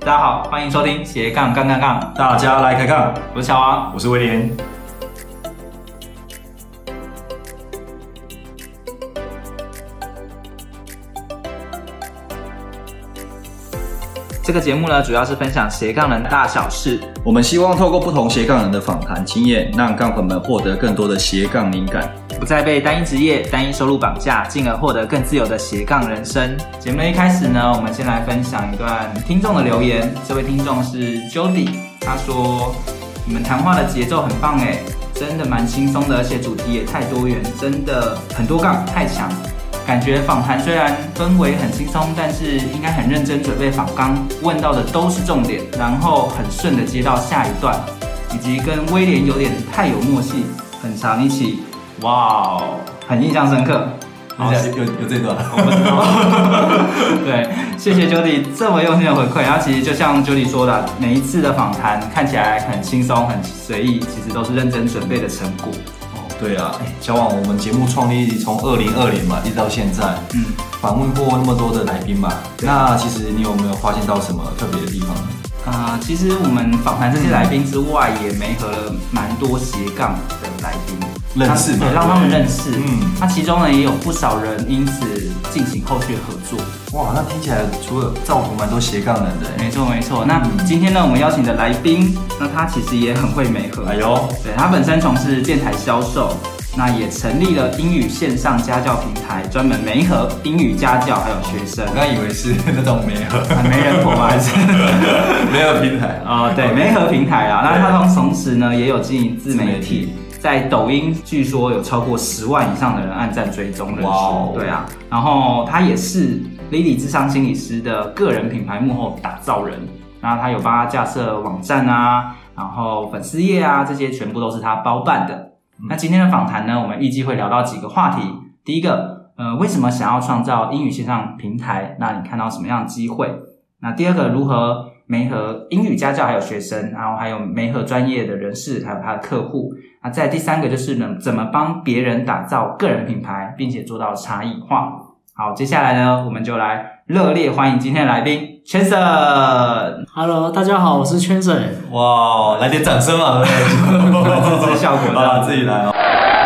大家好，欢迎收听斜杠杠杠杠， 大家来开杠， 我是小王， 我是威廉。 这个节目呢，主要是分享斜杠人大小事。 我们希望透过不同斜杠人的访谈经验，让杠粉们获得更多的斜杠灵感， 不再被单一职业、单一收入绑架，进而获得更自由的斜杠人生。节目一开始呢，我们先来分享一段听众的留言。这位听众是 Jody， 他说：“你们谈话的节奏很棒耶，真的蛮轻松的，而且主题也太多元，真的很多杠，太强。感觉访谈虽然氛围很轻松，但是应该很认真准备访纲，问到的都是重点，然后很顺的接到下一段，以及跟威廉有点太有默契，很长一起，哇哦，很印象深刻。” 好，有这段， 我不知道。对，谢谢 Jody 这么用心的回馈。然后其实就像 Jody 说的，每一次的访谈看起来很轻松、很随意，其实都是认真准备的成果。 对啊，小王，我们节目创立从2020嘛，一直到现在，访问过那么多的来宾嘛，那其实你有没有发现到什么特别的地方呢？ 其实我们访谈这些来宾之外，也媒合了蛮多斜杠的来宾， 认识嘛， 对，让他们认识。那其中呢，也有不少人因此进行后续的合作。 哇，那听起来除了造福蛮多斜杠人的。 没错没错。那今天呢，我们邀请的来宾，那他其实也很会媒合。 哎呦， 对，他本身从事建材销售，那也成立了英语线上家教平台，专门媒合英语家教还有学生。 我刚以为是那种媒合， 媒人婆吗？还是媒合平台对，媒合平台啊。那他同时呢，也有经营自媒体。在抖音据说有超过10万以上的人按赞追踪人数，对啊，然后他也是 Lily 諮商心理师的个人品牌幕后打造人，然后他有帮他架设网站啊，然后粉丝页啊，这些全部都是他包办的。那今天的访谈呢，我们预计会聊到几个话题。第一个，为什么想要创造英语线上平台？那你看到什么样的机会？那第二个，如何媒合英语家教还有学生，然后还有媒合专业的人士，还有他的客户。那再第三个就是呢，怎么帮别人打造个人品牌，并且做到差异化。好，接下来呢，我们就来热烈欢迎今天的来宾 Chanson。Hello， 大家好，我是 Chanson。 哇，来点掌声啊！ 这是效果啊，自己来哦。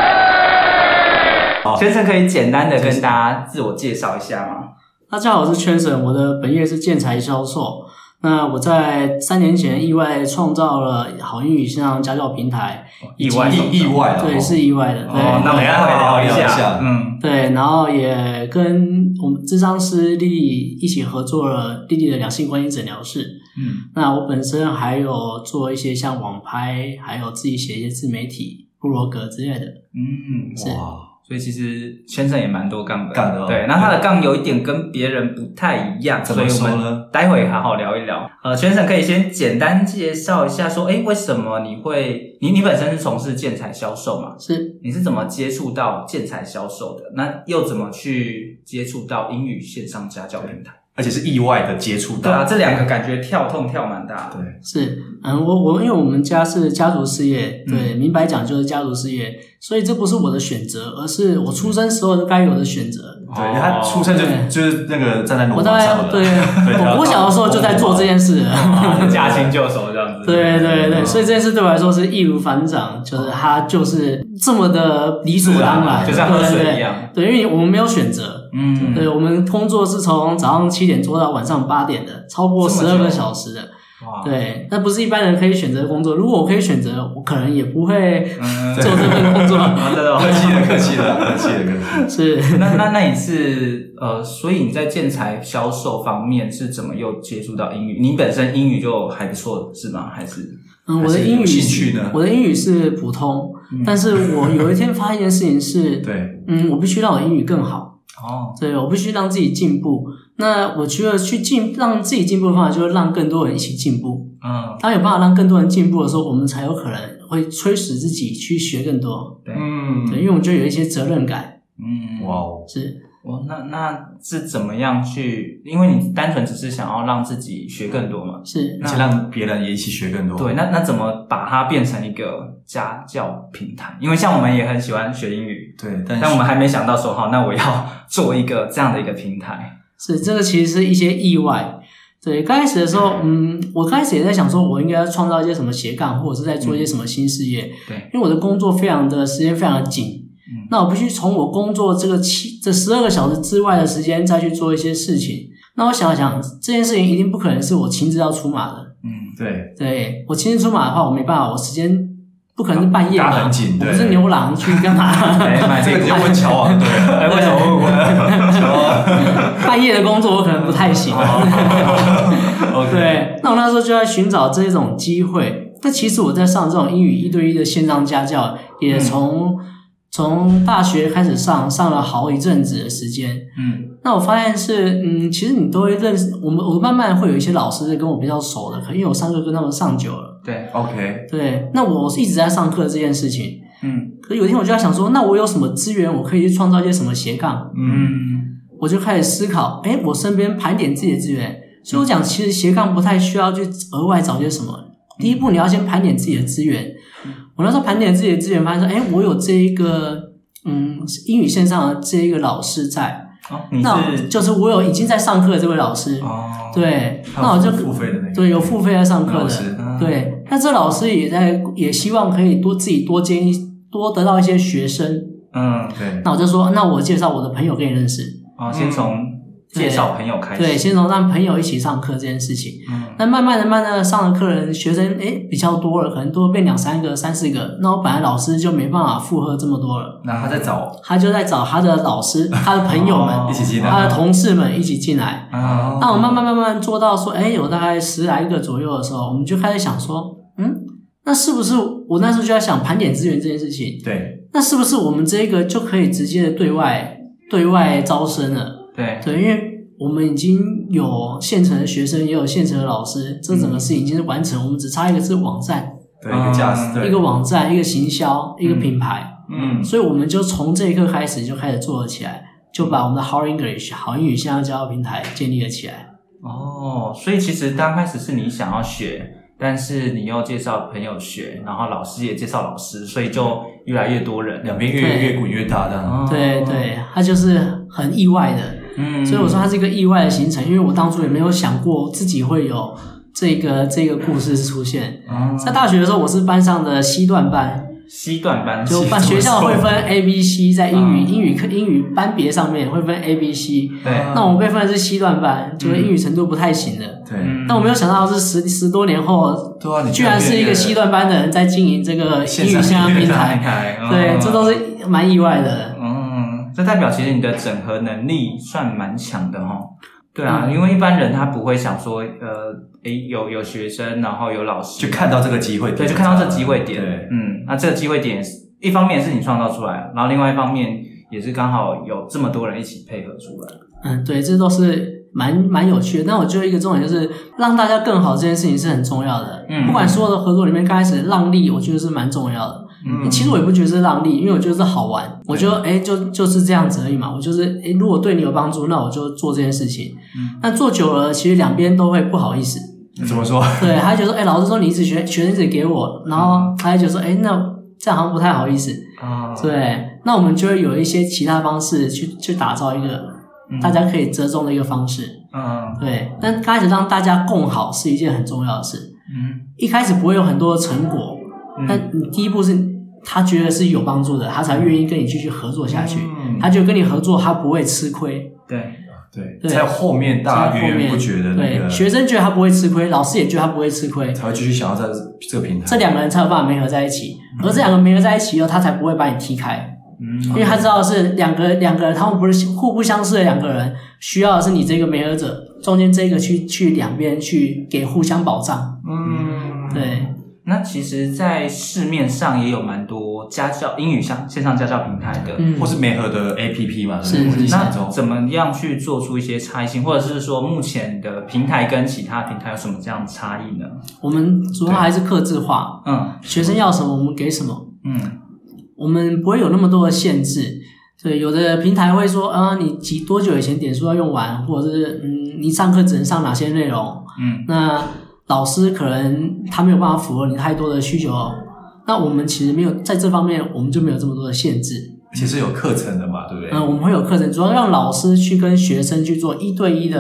Chanson可以简单的跟大家自我介绍一下吗？ 大家好，我是 Chanson， 我的本业是建材销售。那我在3年前意外创造了好英语线上家教平台， 意外对，是意外的。对， 那我们待会聊一下。 对，然后也跟我们諮商师莉莉一起合作了莉莉的两性关系诊疗室。那我本身还有做一些像网拍，还有自己写一些自媒体、部落格之类的。是。 所以其实Chanson也蛮多杠的， 对， 那他的杠有一点跟别人不太一样，所以我们待会好好聊一聊。Chanson可以先简单介绍一下说，为什么你本身是从事建材销售嘛？ 是， 你是怎么接触到建材销售的？那又怎么去接触到英语线上家教平台？ 而且是意外的接触到。 对啊，这两个感觉跳蛮大的。 对，是，因为我们家是家族事业，对，明白讲就是家族事业，所以这不是我的选择，而是我出生时候就该有的选择。 对，他出生就是那个站在农场上的。 对，我小的时候就在做这件事了， 驾轻就熟这样子。 对，所以这件事对我来说是易如反掌，就是它就是这么的理所当然， 就像喝水一样。 对，因为我们没有选择。对，我们工作是从早上7点做到晚上8点的，超过12个小时的。对，那不是一般人可以选择的工作。如果我可以选择，我可能也不会做这份工作。 客气了。 是， 那你是所以你在建材销售方面是怎么又接触到英语？你本身英语就还不错是吗？还是我的英语兴趣呢？ 我的英语是普通，但是我有一天发现一件事情是， 对， 我必须让我英语更好。对，我必须让自己进步。那我觉得让自己进步的方法，就是让更多人一起进步。当有办法让更多人进步的时候，我们才有可能会催使自己去学更多。对，因为我们就有一些责任感。是。 那是怎么样去？因为你单纯只是想要让自己学更多嘛， 是， 而且让别人也一起学更多。 对，那怎么把它变成一个家教平台？因为像我们也很喜欢学英语， 对， 但我们还没想到说，好，那我要做一个这样的一个平台。 是，这个其实是一些意外。 对，刚开始的时候，我刚开始也在想说，我应该要创造一些什么斜杠，或者是在做一些什么新事业。 对， 因为我的工作时间非常的紧。那我必须从我工作这12个小时之外的时间再去做一些事情。那我想了想，这件事情一定不可能是我亲自要出马的。对，我亲自出马的话，我没办法，我时间不可能是半夜嘛， 很紧， 我不是牛郎去干嘛？ 这个就问乔王，对， 为什么问我？ 半夜的工作我可能不太行。对，那我那时候就在寻找这种机会。那其实我在上这种英语1对1的线上家教，也从大学开始上了好一阵子的时间。那我发现是其实你都会认识我慢慢会有一些老师是跟我比较熟的，可能因为我上课跟他们上久了。 对 ，OK， 对，那我是一直在上课这件事情。可是有一天我就在想说，那我有什么资源我可以去创造一些什么斜杠？我就开始思考，我身边盘点自己的资源。所以我讲，其实斜杠不太需要去额外找些什么。第一步，你要先盘点自己的资源。我那时候盘点自己的资源，发现说，我有这一个英语线上的这一个老师在。那就是我有已经在上课的这位老师。对，那我就付费的那个， 对，有付费在上课的。对，那这老师也希望可以自己多得到一些学生。 对。 那我就说，那我介绍我的朋友给你认识。 先从介绍朋友开始。 对，先从让朋友一起上课这件事情。那慢慢的上的客人学生比较多了，可能多变2-3个、3-4个。那我本来老师就没办法负荷这么多了。 那他就在找他的老师、他的朋友们一起进来， 他的同事们一起进来。那我慢慢做到说，有大概10来个左右的时候，我们就开始想说，那是不是我那时候就在想盘点资源这件事情？ 对， 那是不是我们这个就可以直接的对外招生了？ 对， 因为我们已经有现成的学生，也有现成的老师，这整个事情已经是完成，我们只差一个是网站， 对，一个架势，对， 一个网站，一个行销，一个品牌，所以我们就从这一刻开始就开始做了起来，就把我们的 How English 好英语线上教学平台建立了起来。 所以其实刚开始是你想要学，但是你又介绍朋友学，然后老师也介绍老师，所以就越来越多人， 两边越滚越大的。 对，它就是很意外的。所以我说它是一个意外的行程，因为我当初也没有想过自己会有这个故事出现。在大学的时候，我是班上的C段班，就学校会分 A、B、C， 在英语班别上面会分 A、B、C。 对， 那我们被分的是C段班，就是英语程度不太行的。 对， 那我没有想到是十多年后，居然是一个C段班的人在经营这个英语线上平台。对，这都是蛮意外的。 这代表其实你的整合能力算蛮强的齁。对啊，因为一般人他不会想说有学生，然后有老师， 就看到这个机会点。 对，就看到这机会点。对，那这个机会点一方面是你创造出来，然后另外一方面也是刚好有这么多人一起配合出来。 对，这都是蛮有趣的。但我觉得一个重点就是让大家更好这件事情是很重要的。不管所有的合作里面，刚开始让利，我觉得是蛮重要的。其实我也不觉得是让利，因为我觉得是好玩。我觉得就是这样子而已嘛。我就是如果对你有帮助，那我就做这件事情。那做久了，其实两边都会不好意思。 怎么说？ 对，他就说，老师说你一直学生一直给我，然后他就说，那这样好像不太好意思。对，那我们就会有一些其他方式去打造一个大家可以折中的一个方式。对，但刚开始让大家共好是一件很重要的事。一开始不会有很多的成果，但你第一步是他觉得是有帮助的，他才愿意跟你继续合作下去。他就跟你合作，他不会吃亏。 对，在后面大家源源不绝的那个， 学生觉得他不会吃亏，老师也觉得他不会吃亏， 才会继续想要在这个平台。 这两个人才有办法媒合在一起，而这两个媒合在一起以后，他才不会把你踢开。因为他知道是两个人，他们不是互不相识的两个人，需要的是你这个媒合者中间这个去两边去给互相保障。对。 那其实在市面上也有蛮多英语线上家教平台的， 或是媒合的 APP 嘛。 是。 那怎么样去做出一些差异性，或者是说目前的平台跟其他平台有什么这样的差异呢？我们主要还是客制化。学生要什么我们给什么。我们不会有那么多的限制。对，有的平台会说你多久以前点数要用完，或者是你上课只能上哪些内容。那老师可能他没有办法符合你太多的需求，那我们其实没有在这方面，我们就没有这么多的限制。 而且是有课程的嘛，对不对？ 我们会有课程，主要让老师去跟学生去做1对1的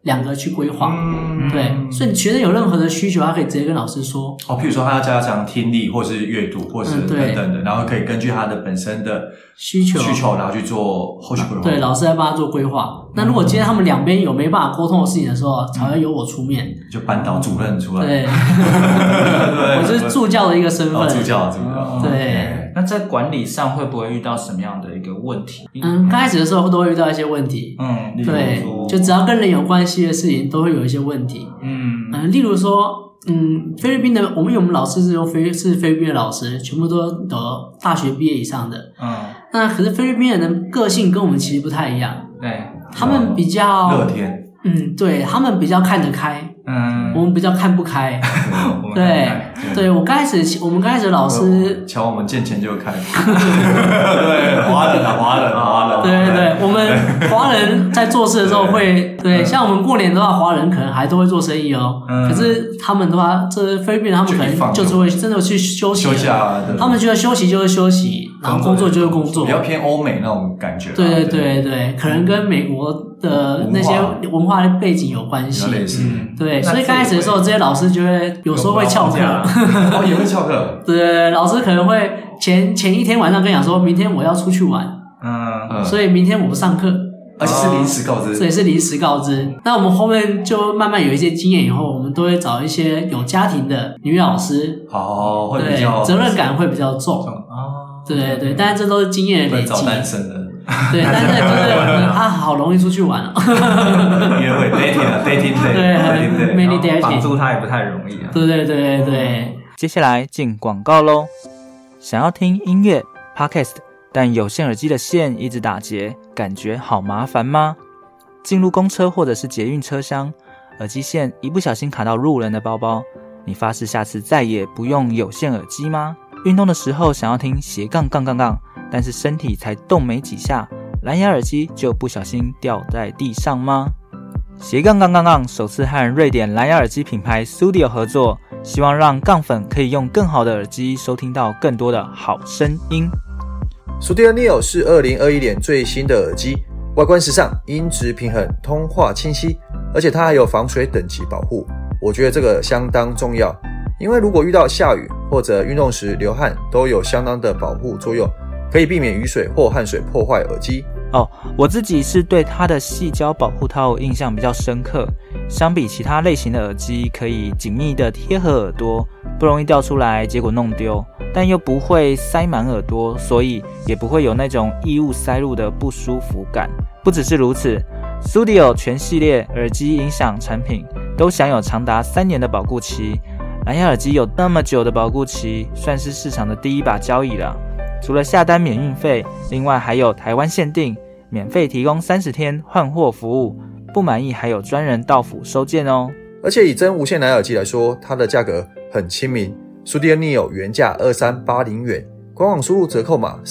两个去规划，对，所以学生有任何的需求，他可以直接跟老师说。 譬如说他要加强听力，或是阅读，或是等等的，然后可以根据他的本身的需求，然后去做后续规划。 对，老师来帮他做规划。那如果今天他们两边有没办法沟通的事情的时候，才会由我出面， 就班导主任出来。 对，我是助教的一个身份。 助教。 对。 那在管理上会不会遇到什么样的一个问题？ 刚开始的时候都会遇到一些问题。对，就只要跟人有关系的事情，都会有一些问题。例如说，菲律宾的，我们老师是菲律宾的老师，全部都有大学毕业以上的。那可是菲律宾人的个性跟我们其实不太一样。 对， 他们比较乐天。 对，他们比较看得开。我们比较看不开。对，我们刚开始老师瞧我们见钱就开。对，华人。 对，我们华人在做事的时候会，对，像我们过年的话，华人可能还都会做生意哦。可是他们的话，这菲律宾人他们可能就是会真的去休息啊。 他们觉得休息就是休息，然后工作就是工作， 比较偏欧美那种感觉。 对，可能跟美国的那些文化背景有关系。对，所以刚开始的时候，这些老师就会有时候会翘课。 也会翘课。 对，老师可能会前一天晚上跟你讲说，明天我要出去玩。所以明天我不上课。 而且是临时告知。 对，是临时告知。那我们后面就慢慢有一些经验以后，我们都会找一些有家庭的女老师。 会比较责任感会比较重。对，但是这都是经验的累积。 找单身的。 对，但是就是他好容易出去玩哦。 约会 dating day。 对 ，many dating。 绑住他也不太容易啊。 对。 接下来进广告咯。想要听音乐 Podcast， 但有线耳机的线一直打结，感觉好麻烦吗？进入公车或者是捷运车厢，耳机线一不小心卡到路人的包包，你发誓下次再也不用有线耳机吗？运动的时候想要听斜杠杠杠杠，但是身体才动没几下，蓝牙耳机就不小心掉在地上吗？斜杠杠杠杠首次和瑞典蓝牙耳机品牌 Sudio 合作，希望让杠粉可以用更好的耳机收听到更多的好声音。 Sudio Neo 是2021年最新的耳机，外观时尚，音质平衡，通话清晰，而且它还有防水等级保护。我觉得这个相当重要，因为如果遇到下雨或者运动时流汗，都有相当的保护作用，可以避免雨水或汗水破坏耳机。 我自己是对它的矽胶保护套印象比较深刻，相比其他类型的耳机，可以紧密的贴合耳朵，不容易掉出来结果弄丢，但又不会塞满耳朵，所以也不会有那种异物塞入的不舒服感。不只是如此， Sudio 全系列耳机音响产品都享有长达3年的保固期，蓝牙耳机有那么久的保固期，算是市场的第一把交椅了。除了下单免运费，另外还有台湾限定免费提供30天换货服务，不满意还有专人到府收件哦。 而且以真无线蓝牙耳机来说，它的价格很亲民， Sudio Neo 原价2380元，官网输入折扣码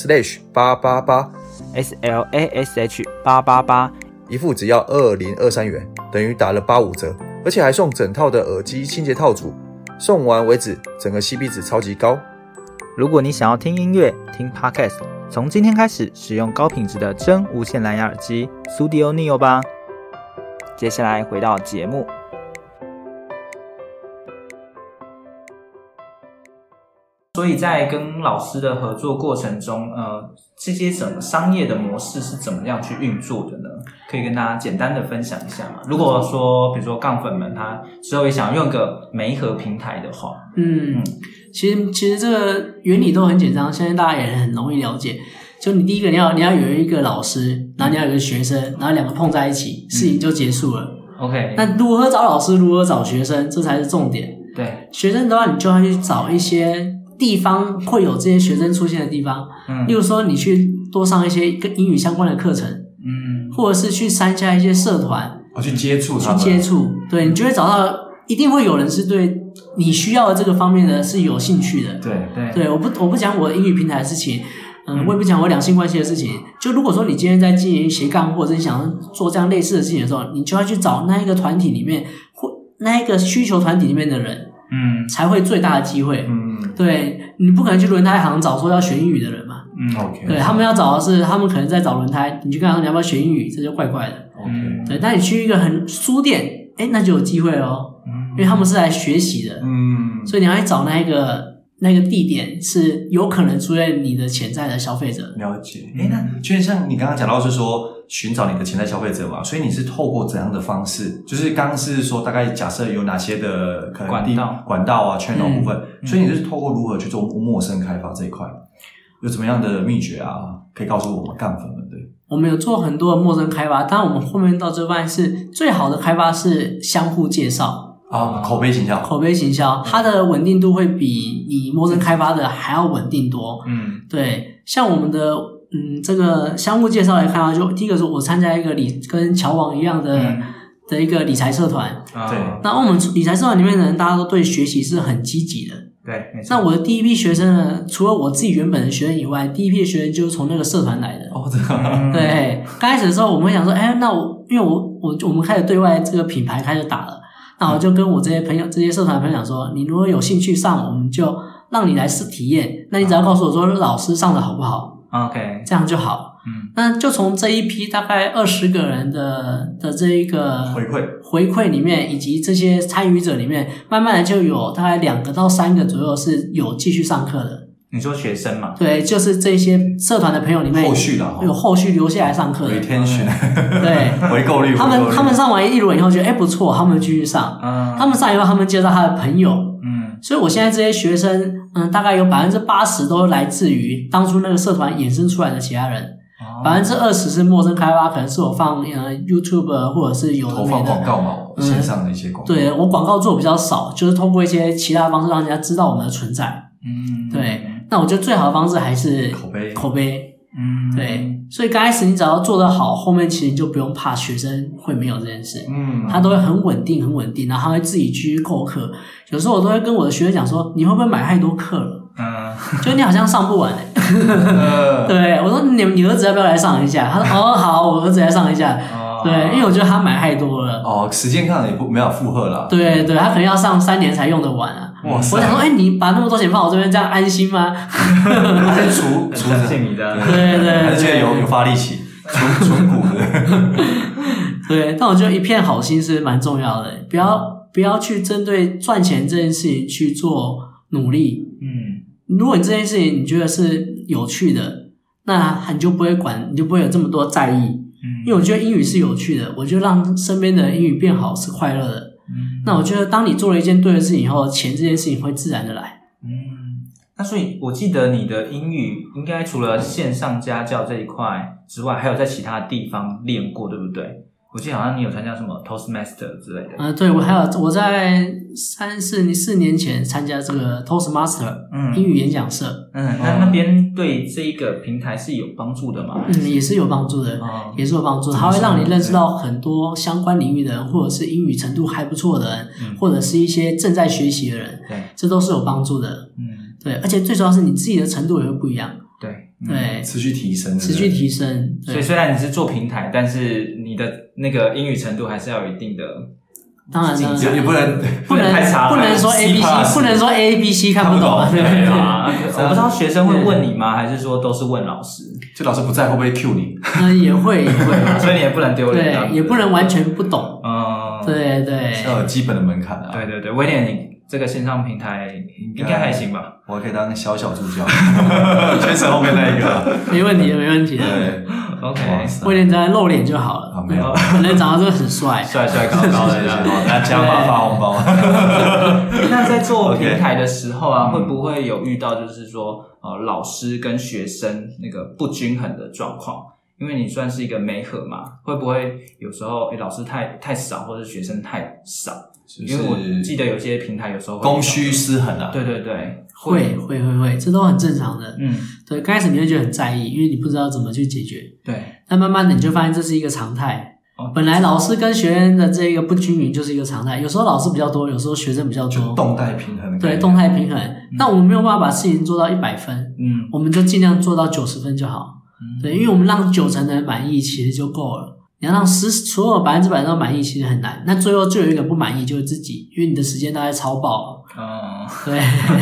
/888 SLASH888， 一副只要2023元，等于打了85折，而且还送整套的耳机清洁套组，送完为止，整个 CP 值超级高。 如果你想要听音乐、听 Podcast， 从今天开始使用高品质的真无线蓝牙耳机 Sudio Neo 吧。接下来回到节目。 所以在跟老师的合作过程中，这些什么商业的模式是怎么样去运作的呢？可以跟大家简单的分享一下吗？如果说比如说杠粉们他之后也想用个媒合平台的话， 其实这个原理都很简单，相信大家也很容易了解。就你第一个你要有一个老师，然后你要有一个学生，然后两个碰在一起，事情就结束了。 OK， 那如何找老师，如何找学生，这才是重点。 对， 学生的话，你就要去找一些地方会有这些学生出现的地方，例如说你去多上一些跟英语相关的课程，或者是去参加一些社团， 去接触他们， 对，你就会找到，一定会有人是对你需要的这个方面的是有兴趣的。对，我不讲我的英语平台的事情，我也不讲我两性关系的事情。就如果说你今天在经营斜杠，或者是想做这样类似的事情的时候，你就要去找那一个团体里面，或那一个需求团体里面的人，才会最大的机会。对，你不可能去轮胎行找说要学英语的人嘛， OK。 对，他们要找的是，他们可能在找轮胎，你去跟他说你要不要学英语，这就怪怪的。 OK。 对，但你去一个书店，那就有机会咯，因为他们是来学习的。所以你要去找那个地点是有可能出现你的潜在的消费者。 了解。那就像你刚刚讲到是说寻找你的潜在消费者嘛，所以你是透过怎样的方式？就是刚刚是说大概假设有哪些的可能管道啊 channel 部分，所以你是透过如何去做陌生开发这一块，有怎么样的秘诀啊？可以告诉我们干粉们？对， 我们有做很多的陌生开发，当然我们后面到这半是最好的开发是相互介绍。 口碑行销，它的稳定度会比你陌生开发的还要稳定多。对，像我们的这个相互介绍来看啊，就第一个是我参加一个跟乔王一样的一个理财社团。 对， 那我们理财社团里面的人，大家都对学习是很积极的。 对， 那我的第一批学生呢，除了我自己原本的学生以外，第一批的学生就是从那个社团来的。对，刚开始的时候我们会想说，那因为我们开始对外这个品牌开始打了。那我就跟我这些社团朋友讲说，你如果有兴趣上，我们就让你来试体验。那你只要告诉我说老师上的好不好 ，OK， 这样就好。那就从这一批大概20个人的这一个回馈里面，以及这些参与者里面，慢慢的就有大概2个到3个左右是有继续上课的。 你说学生嘛？ 对，就是这些社团的朋友里面有后续留下来上课的。 retention， 对， 回购率。 他们上完一轮以后觉得不错，他们继续上。他们上以后，他们介绍他的朋友。所以我现在这些学生，大概有80%都来自于当初那个社团衍生出来的其他人。20%是陌生开发，可能是我放YouTube 或者是有投放广告嘛，线上的一些广告。对， 我广告做比较少，就是通过一些其他方式让人家知道我们的存在。对。那我觉得最好的方式还是口碑。对，所以刚开始你只要做得好，后面其实你就不用怕学生会没有这件事。他都会很稳定，然后他会自己去购课。有时候我都会跟我的学生讲说，你会不会买太多课了？就你好像上不完对，我说你儿子要不要来上一下？他说好，我儿子来上一下。对，因为我觉得他买太多了。 时间看了也没有负荷了。 对，他可能要上3年才用得完啊。我想说，你把那么多钱放我这边，这样安心吗？ 他是储信你的， 对， 还是觉得有发力气，存股的。 对，但我觉得一片好心是蛮重要的，不要去针对赚钱这件事情去做努力。如果你这件事情你觉得是有趣的，那你就不会有这么多在意。因为我觉得英语是有趣的，我觉得让身边的英语变好是快乐的。那我觉得当你做了一件对的事情以后，钱这件事情会自然的来。 那所以我记得你的英语应该除了线上家教这一块之外，还有在其他地方练过，对不对？我记得好像你有参加什么 Toastmaster 之类的。 对，我在4年前参加这个 Toastmaster 英语演讲社。 那边对这一个平台是有帮助的吗？ 也是有帮助的，也是有帮助的。它会让你认识到很多相关领域的人，或者是英语程度还不错的人，或者是一些正在学习的人，这都是有帮助的。对，而且最主要是你自己的程度也会不一样。对， 持续提升。 所以虽然你是做平台，但是你的那个英语程度还是要有一定的。 当然也不能太差， 不能说 ABC， 不能说 A、B、C 看不懂。 对啊，我不知道学生会问你吗？还是说都是问老师？ 就老师不在会不会 Q 你？ 也会， 所以你也不能丢脸。 对，也不能完全不懂。对， 要有基本的门槛啊。 对，威廉，你这个线上平台应该还行吧？ 我可以当小助教，全程后面那一个。 没问题的。 对 ，OK， 威廉在露脸就好了。 没有， 可能长得真的很帅， 高的， 那加码发红包。 那在做平台的时候啊，会不会有遇到就是说老师跟学生那个不均衡的状况？因为你算是一个媒合嘛，会不会有时候老师太少，或者学生太少？因为我记得有些平台有时候供需失衡啊。 对， 会，这都很正常的。对，刚开始你会觉得很在意，因为你不知道怎么去解决。 对， 但慢慢的你就发现这是一个常态。本来老师跟学生的这个不均匀就是一个常态，有时候老师比较多，有时候学生比较多， 动态平衡。 对，动态平衡。但我们没有办法把事情做到100分，我们就尽量做到90分就好。对，因为我们让90%的人满意其实就够了。 你要让所有100%都满意，其实很难。那最后就有一个不满意，就是自己，因为你的时间大概超爆了。对。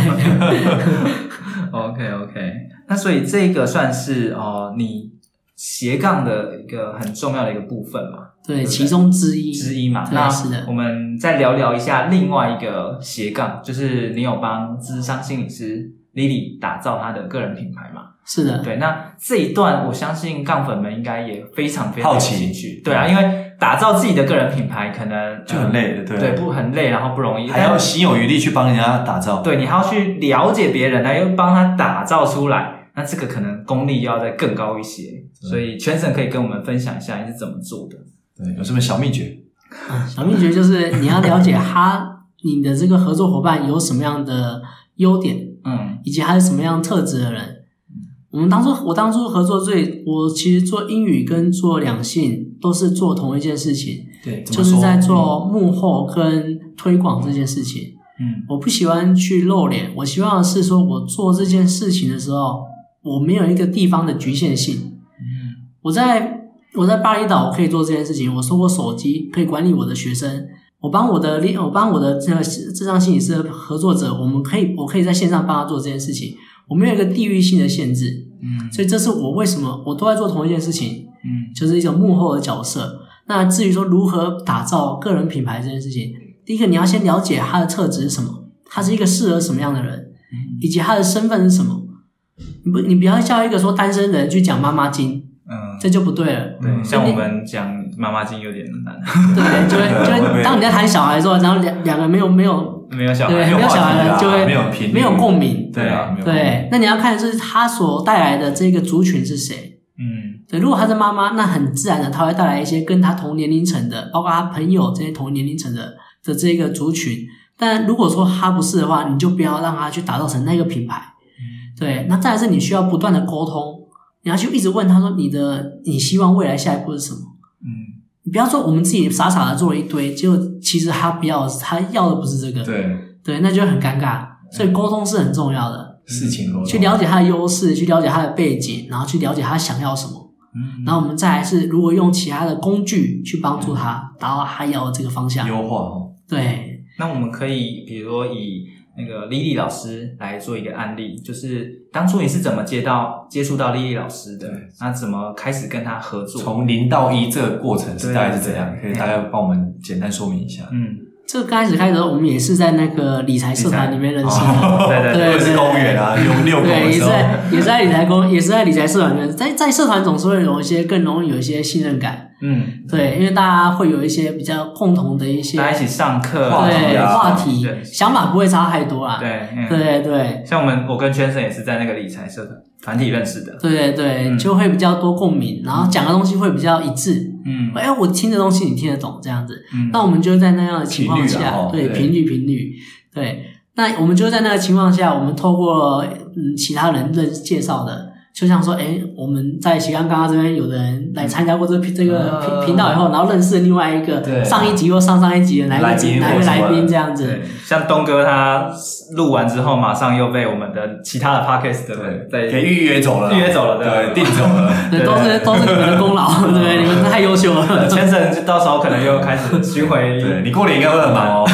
OK， 那所以这个算是你斜杠的一个很重要的一个部分嘛？ 对，其中之一嘛。那我们再聊一下另外一个斜杠，就是你有帮諮商心理师 Lily 打造她的个人品牌嘛？ 是的。 对，那这一段我相信杠粉们应该也非常非常有兴趣。对啊，因为打造自己的个人品牌可能就很累的， 对，不很累，然后不容易， 还要心有余力去帮人家打造。 对，你还要去了解别人，来又帮他打造出来，那这个可能功力要再更高一些。所以全省可以跟我们分享一下你是怎么做的？ 对，有什么小秘诀？ 小秘诀就是你要了解你的这个合作伙伴有什么样的优点，以及他是什么样特质的人。我当初合作我其实做英语跟做两性都是做同一件事情， 对， 就是在做幕后跟推广这件事情。我不喜欢去露脸，我希望的是说我做这件事情的时候，我没有一个地方的局限性。我在巴厘岛可以做这件事情，我收过手机可以管理我的学生，我帮我的这个諮商心理师的合作者，我可以在线上帮他做这件事情，我没有一个地域性的限制。所以这是我为什么我都在做同一件事情，就是一种幕后的角色。那至于说如何打造个人品牌这件事情，第一个你要先了解他的特质是什么，他是一个适合什么样的人，以及他的身份是什么。你不要叫一个说单身人去讲妈妈经，这就不对了。 对，像我们讲妈妈经有点难。 对，就会当你在谈小孩的时候，然后两个没有小孩， 没有小孩了，就会没有共鸣。 对啊， 对，那你要看就是他所带来的这个族群是谁。对，如果他是妈妈，那很自然的他会带来一些跟他同年龄层的，包括他朋友这些同年龄层的这个族群。但如果说他不是的话，你就不要让他去打造成那个品牌。对，那再来是你需要不断的沟通，你要去一直问他说你希望未来下一步是什么？你不要说我们自己傻傻的做了一堆，结果其实他要的不是这个。对，那就很尴尬。所以沟通是很重要的， 事情沟通， 去了解他的优势，去了解他的背景，然后去了解他想要什么。然后我们再来是如果用其他的工具去帮助他达到他要的这个方向， 优化。 对， 那我们可以比如说以那个 Lily 老师来做一个案例，就是当初你是怎么接触到 Lily 老师的？那怎么开始跟他合作？ 从0到1这个过程是大概是怎样？可以大概帮我们简单说明一下。 这个刚开始我们也是在那个理财社团里面认识的。 对，是公园啊，用遛狗的时候， 也是在理财社团里面，在社团总是会有一些更容易有一些信任感。对，因为大家会有一些比较共同的一些， 大家一起上课， 话题，想法不会差太多啦。对， 像我跟圈生也是在那个理财社团体认识的。 对，就会比较多共鸣，然后讲的东西会比较一致。我听的东西你听得懂这样子。那我们就在那样的情况下，对，频率，对，那我们就在那个情况下，我们透过其他人介绍的。就像说，我们在斜杠刚刚这边有的人来参加过这个频道以后，然后认识另外一个上一集或上一集的哪一个来宾这样子。 对，像东哥他录完之后，马上又被我们的其他的 podcast 给预约走了，对，订走了。 对，都是你们的功劳，对，你们太优秀了。 全省到时候可能又开始巡回， 对，你过年应该会很忙哦。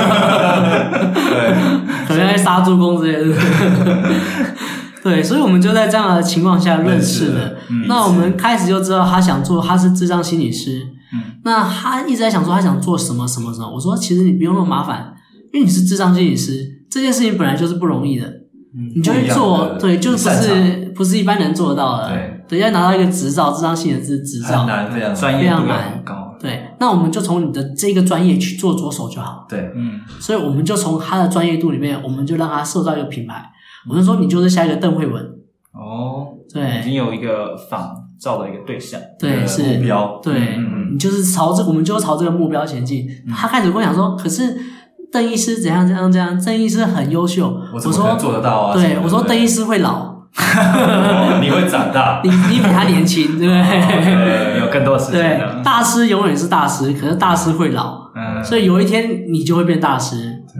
对， 可能在杀猪工之类的。对，所以我们就在这样的情况下认识的。那我们开始就知道他是諮商心理师。那他一直在想说他想做什么。我说其实你不用那么麻烦，因为你是諮商心理师，这件事情本来就是不容易的。你就会做，对，就是不是一般人做得到的。对，要拿到一个执照，諮商心理师执照， 很难，非常专业度很高。 对，那我们就从你的这个专业去做着手就好。 对， 所以我们就从他的专业度里面，我们就让他塑造一个品牌。我就说你就是下一个邓慧文。对， 已经有一个仿照的一个对象， 对，是目标， 对，你就是我们就朝这个目标前进。他开始跟我讲说，可是邓医师怎样，邓医师很优秀。 我怎么可能做得到啊？ 对，我说邓医师会老， 你会长大， 你比他年轻，对不对？ 有更多时间了。 对，大师永远是大师，可是大师会老，所以有一天你就会变大师。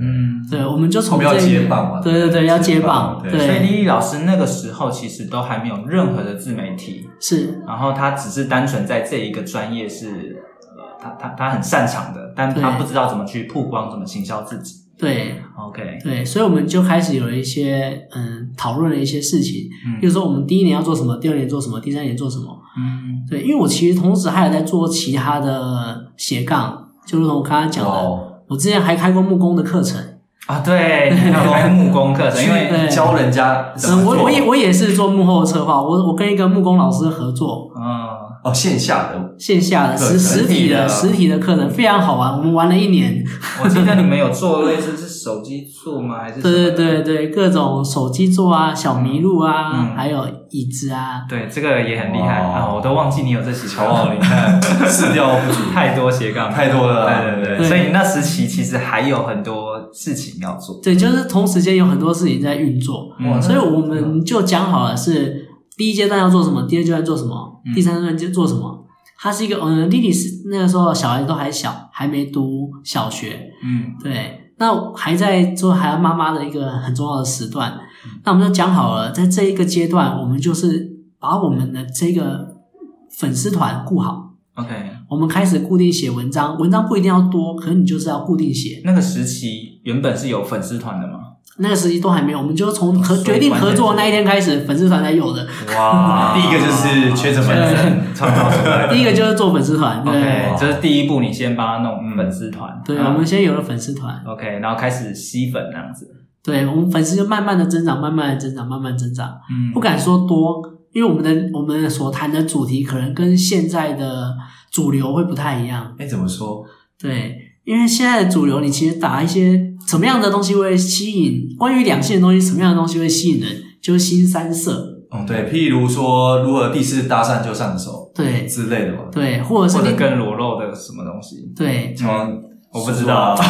对，我们就从要接棒嘛， 对，要接棒。对， 所以莉莉老师那个时候其实都还没有任何的自媒体， 是， 然后他只是单纯在这一个专业是他很擅长的，但他不知道怎么去曝光，怎么行销自己。 对 ，OK， 对，所以我们就开始有了一些讨论了一些事情，比如说我们第1年要做什么，第2年做什么，第3年做什么。对，因为我其实同时还有在做其他的斜杠，就如同我刚刚讲的，我之前还开过木工的课程。 啊，对，你有开木工课程，因为教人家怎么做。 我也是做幕后的策划，我跟一个木工老师合作。 线下的实体的课程非常好玩，我们玩了1年。 我记得你们有做类似是手机座吗？还是什么？ 对，各种手机座啊，小麋鹿啊，还有椅子啊。 对，这个也很厉害啊！我都忘记你有这些。 乔你看4调不足， 太多斜杠， 太多了。 对，所以你那时期其实还有很多事情要做。 对，就是同时间有很多事情在运作，所以我们就讲好了是。第1阶段要做什么，第2阶段做什么，第3阶段就做什么。它是一个莉莉是那个时候小孩子都还小，还没读小学，对，那还在做孩子妈妈的一个很重要的时段。那我们就讲好了，在这一个阶段，我们就是把我们的这个粉丝团顾好。 OK， 我们开始固定写文章，文章不一定要多，可是你就是要固定写。 那个时期原本是有粉丝团的吗？ 那个时期都还没有，我们就从决定合作那一天开始，粉丝团才有的。 哇，第一个就是缺什么人创造出来。 第一个就是做粉丝团，对， 这是第一步，你先帮他弄粉丝团。 对，我们先有了粉丝团 ，OK， 然后开始吸粉那样子。 对，我们粉丝就慢慢的增长，慢慢增长。不敢说多，因为我们所谈的主题可能跟现在的主流会不太一样。 怎么说？ 对，因为现在的主流，你其实打一些什么样的东西会吸引，关于两性的东西，什么样的东西会吸引人，就是新三色。 对，譬如说如何第4搭讪就上手， 对之类的嘛。 对，或者更裸露的什么东西。 对， 我不知道，不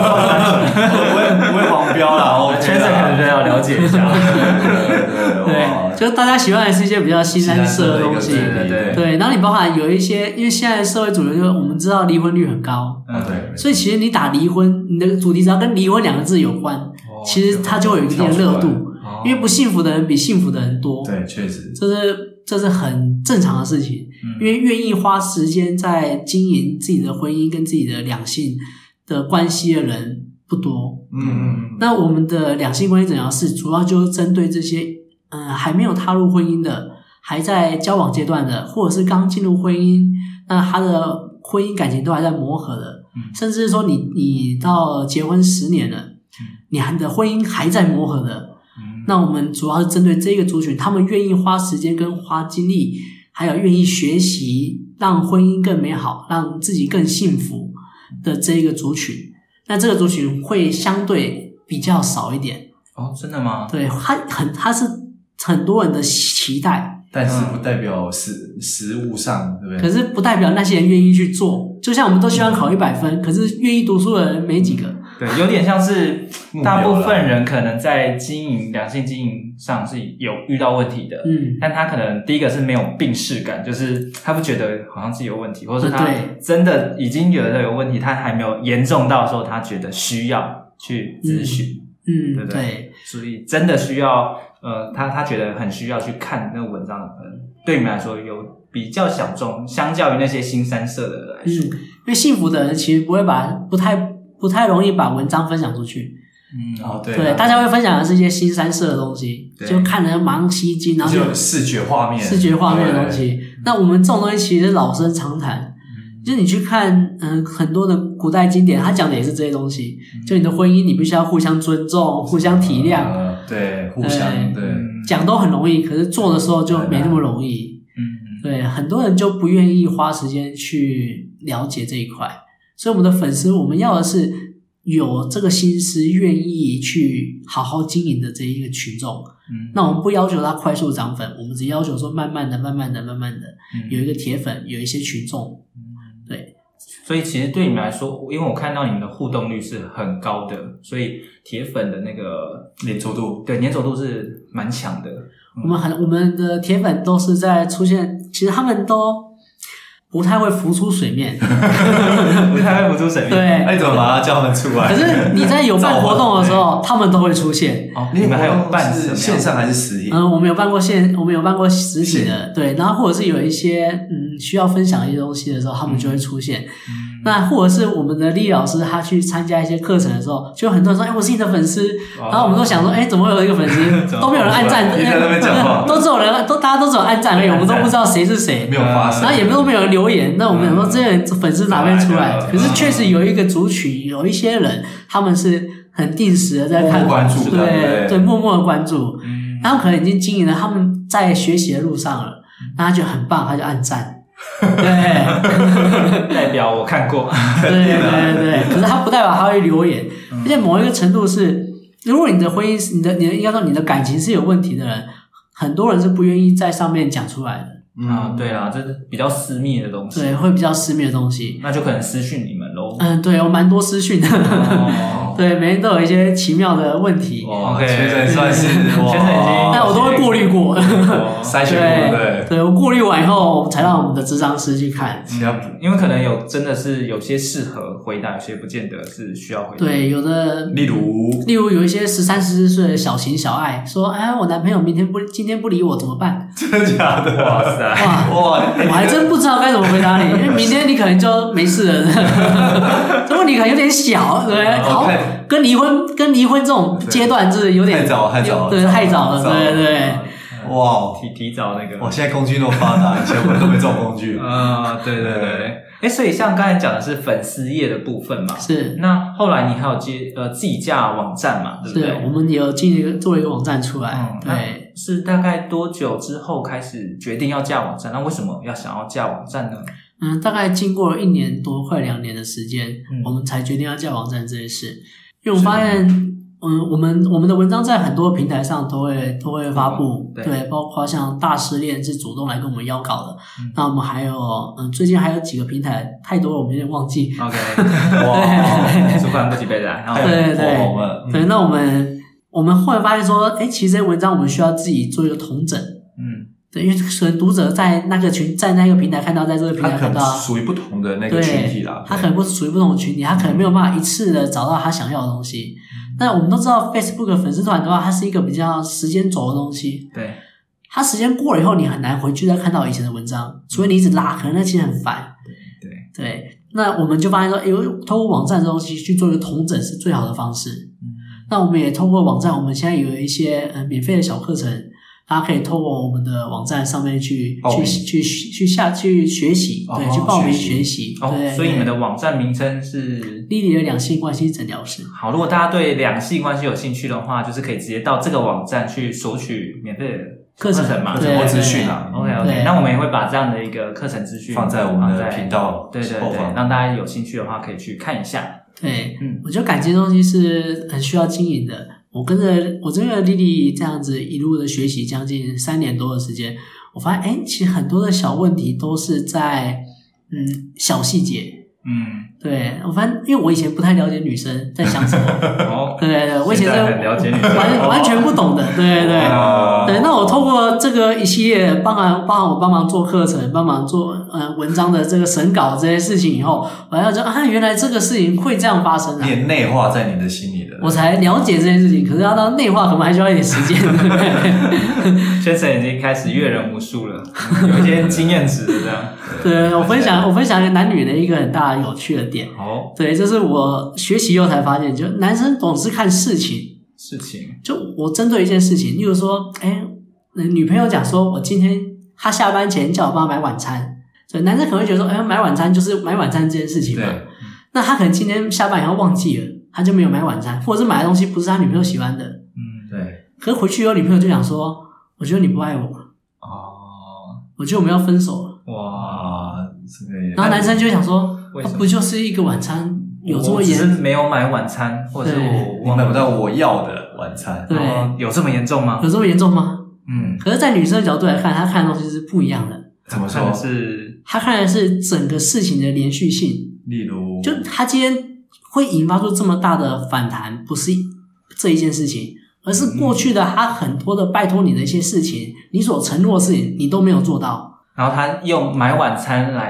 会黄标啦。 圈子可能就要了解一下。 对，就大家喜欢的是一些比较新三色的东西。对，然后你包含有一些，因为现在社会主流就是我们知道离婚率很高， 对， 所以其实你打离婚，你的主题只要跟离婚2个字有关，其实它就会有一定的热度，因为不幸福的人比幸福的人多。 对，确实， 这是很正常的事情，因为愿意花时间在经营自己的婚姻跟自己的两性的关系的人不多。那我们的两性关系诊疗室主要就是针对这些还没有踏入婚姻的，还在交往阶段的，或者是刚进入婚姻，那他的婚姻感情都还在磨合的，甚至是说你到结婚10年了，你的婚姻还在磨合的。那我们主要是针对这个族群，他们愿意花时间跟花精力，还有愿意学习让婚姻更美好，让自己更幸福的这一个族群。那这个族群会相对比较少一点。 真的吗？ 对，它是很多人的期待， 但是不代表实务上，对不对？ 可是不代表那些人愿意去做。就像我们都希望考100分，可是愿意读书的人没几个。 对，有点像是大部分人可能在两性经营上是有遇到问题的，但他可能第一个是没有病识感，就是他不觉得好像自己有问题，或者是他真的已经有问题，他还没有严重到说他觉得需要去咨询，对不对？所以真的需要他觉得很需要去看那个文章的，对你们来说有比较小众，相较于那些新三色的人来说， 因为幸福的人其实不太容易把文章分享出去。对，大家会分享的是一些新三色的东西，就看人盲吸睛，然后就视觉画面的东西。那我们这种东西其实老生常谈，就是你去看很多的古代经典，他讲的也是这些东西。就你的婚姻，你必须要互相尊重、互相体谅， 对，互相对讲都很容易，可是做的时候就没那么容易。对，很多人就不愿意花时间去了解这一块。所以我们的粉丝，我们要的是有这个心思，愿意去好好经营的这一个群众。那我们不要求他快速涨粉，我们只要求说慢慢的有一个铁粉，有一些群众。对， 所以其实对你们来说，因为我看到你们的互动率是很高的，所以铁粉的那个粘着度是蛮强的。 我们的铁粉都是在出现，其实他们都不太会浮出水面， 不太会浮出水面。 对， 那你怎么把它叫他们出来？ 可是你在有办活动的时候，他们都会出现。 哦，你们还有办是线上还是实体？ 我们有办过实体的，对，然后或者是有一些需要分享一些东西的时候，他们就会出现。那或者是我们的丽老师他去参加一些课程的时候，就很多人说我是你的粉丝，然后我们都想说怎么会有一个粉丝都没有人按赞， 你在那边讲话都只有人大家都只有按赞而已，我们都不知道谁是谁， 没有发生， 然后也都没有人留言。那我们想说这些人粉丝哪边出来？可是确实有一个族群，有一些人他们是很定时的在看， 关注， 对，默默的关注，然后可能已经经营了他们在学习的路上了，那他就很棒，他就按赞。对， 代表我看过。 对，可是他不代表他会留言，而且某一个程度是，如果你的婚姻是你的应该说你的感情是有问题的人，很多人是不愿意在上面讲出来的。 对啊，这是比较私密的东西。 对，会比较私密的东西， 那就可能私讯你们咯。 对，有蛮多私讯的。对，每天都有一些奇妙的问题。 OK， 学生算是， 学生已经， 但我都会过滤过， 筛选过， 对，我过滤完以后，才让我们的諮商师去看。 因为可能真的是有些适合回答，有些不见得是需要回答。 对，有的， 例如有一些13、14岁的小情小爱，说，我男朋友今天不理我怎么办？ 真的假的？ 哇塞！ 哇，我还真不知道该怎么回答你，因为明天你可能就没事了。这问题可能有点小，对不对？好，跟离婚这种阶段是有点太早了， 对，太早了，对。 哇， 提早那个。 哇，现在工具那么发达，以前我们都没这种工具。 对。所以像刚才讲的是粉丝页的部分嘛， 是。 那后来你还有自己架网站嘛，对不对？ 是，我们也有做一个网站出来。对， 是大概多久之后开始决定要架网站？那为什么想要架网站呢？ 大概经过了1年多，快2年的时间，我们才决定要架网站这件事。因为我发现，我们的文章在很多平台上都会发布，对，包括像大师恋是主动来跟我们邀稿的。那我们还有，最近还有几个平台，太多了，我们有点忘记。 OK， 哇，主管不几杯来， 对，那我们后来发现说，其实这些文章我们需要自己做一个统整。对，因为可能读者在那个平台看到，在这个平台看到， 他可能属于不同的那个群体啦。 他可能不属于不同的群体，他可能没有办法一次的找到他想要的东西。那我们都知道 Facebook 粉丝团的话，它是一个比较时间轴的东西。 对， 它时间过了以后，你很难回去再看到以前的文章，除非你一直拉，可能那其实很烦。对，那我们就发现说，透过网站这东西去做一个统整是最好的方式。那我们也透过网站，我们现在有一些免费的小课程。大家可以透过我们的网站上面去学习，对，去报名学习。对， 所以你们的网站名称是莉莉的两性关系诊疗室。 好，如果大家对两性关系有兴趣的话，就是可以直接到这个网站去索取免费的课程嘛， 或资讯啊。 OK， 那我们也会把这样的一个课程资讯放在我们的频道， 对，让大家有兴趣的话可以去看一下。 对，我觉得感情东西是很需要经营的。我跟着莉莉这样子一路的学习将近3年多的时间，我发现其实很多的小问题都是在小细节。对，我发现因为我以前不太了解女生在想什么。对，我以前很了解女生， 完全不懂的。对，那我透过这个一系列帮忙做课程，帮忙做文章的这个审稿这些事情以后，我要说原来这个事情会这样发生啊！ 也内化在你的心里的， 我才了解这件事情。可是要到内化，可能还需要一点时间。 先生已经开始阅人无数了，有一些经验值这样。 对，我分享一个男女的一个很大的有趣的点。对，这是我学习后才发现，就男生总是看事情，就我针对一件事情，例如说，女朋友讲说我今天她下班前叫我帮她买晚餐，所以男生可能会觉得说，买晚餐就是买晚餐这件事情嘛。那他可能今天下班以后忘记了，他就没有买晚餐，或者是买的东西不是他女朋友喜欢的。 对。 可是回去以后，女朋友就讲说，我觉得你不爱我了。我觉得我们要分手了。 哇，这个也。 然后男生就会想说，不就是一个晚餐，有这么严？ 我只是没有买晚餐，或者是我买不到我要的晚餐。 对， 有这么严重吗？ 有这么严重吗？可是，在女生的角度来看，她看的东西是不一样的。 怎么说？ 她看的是整个事情的连续性。 例如， 就她今天会引发出这么大的反弹，不是这一件事情，而是过去的她很多的拜托你的一些事情，你所承诺的事情，你都没有做到。 然后他用买晚餐来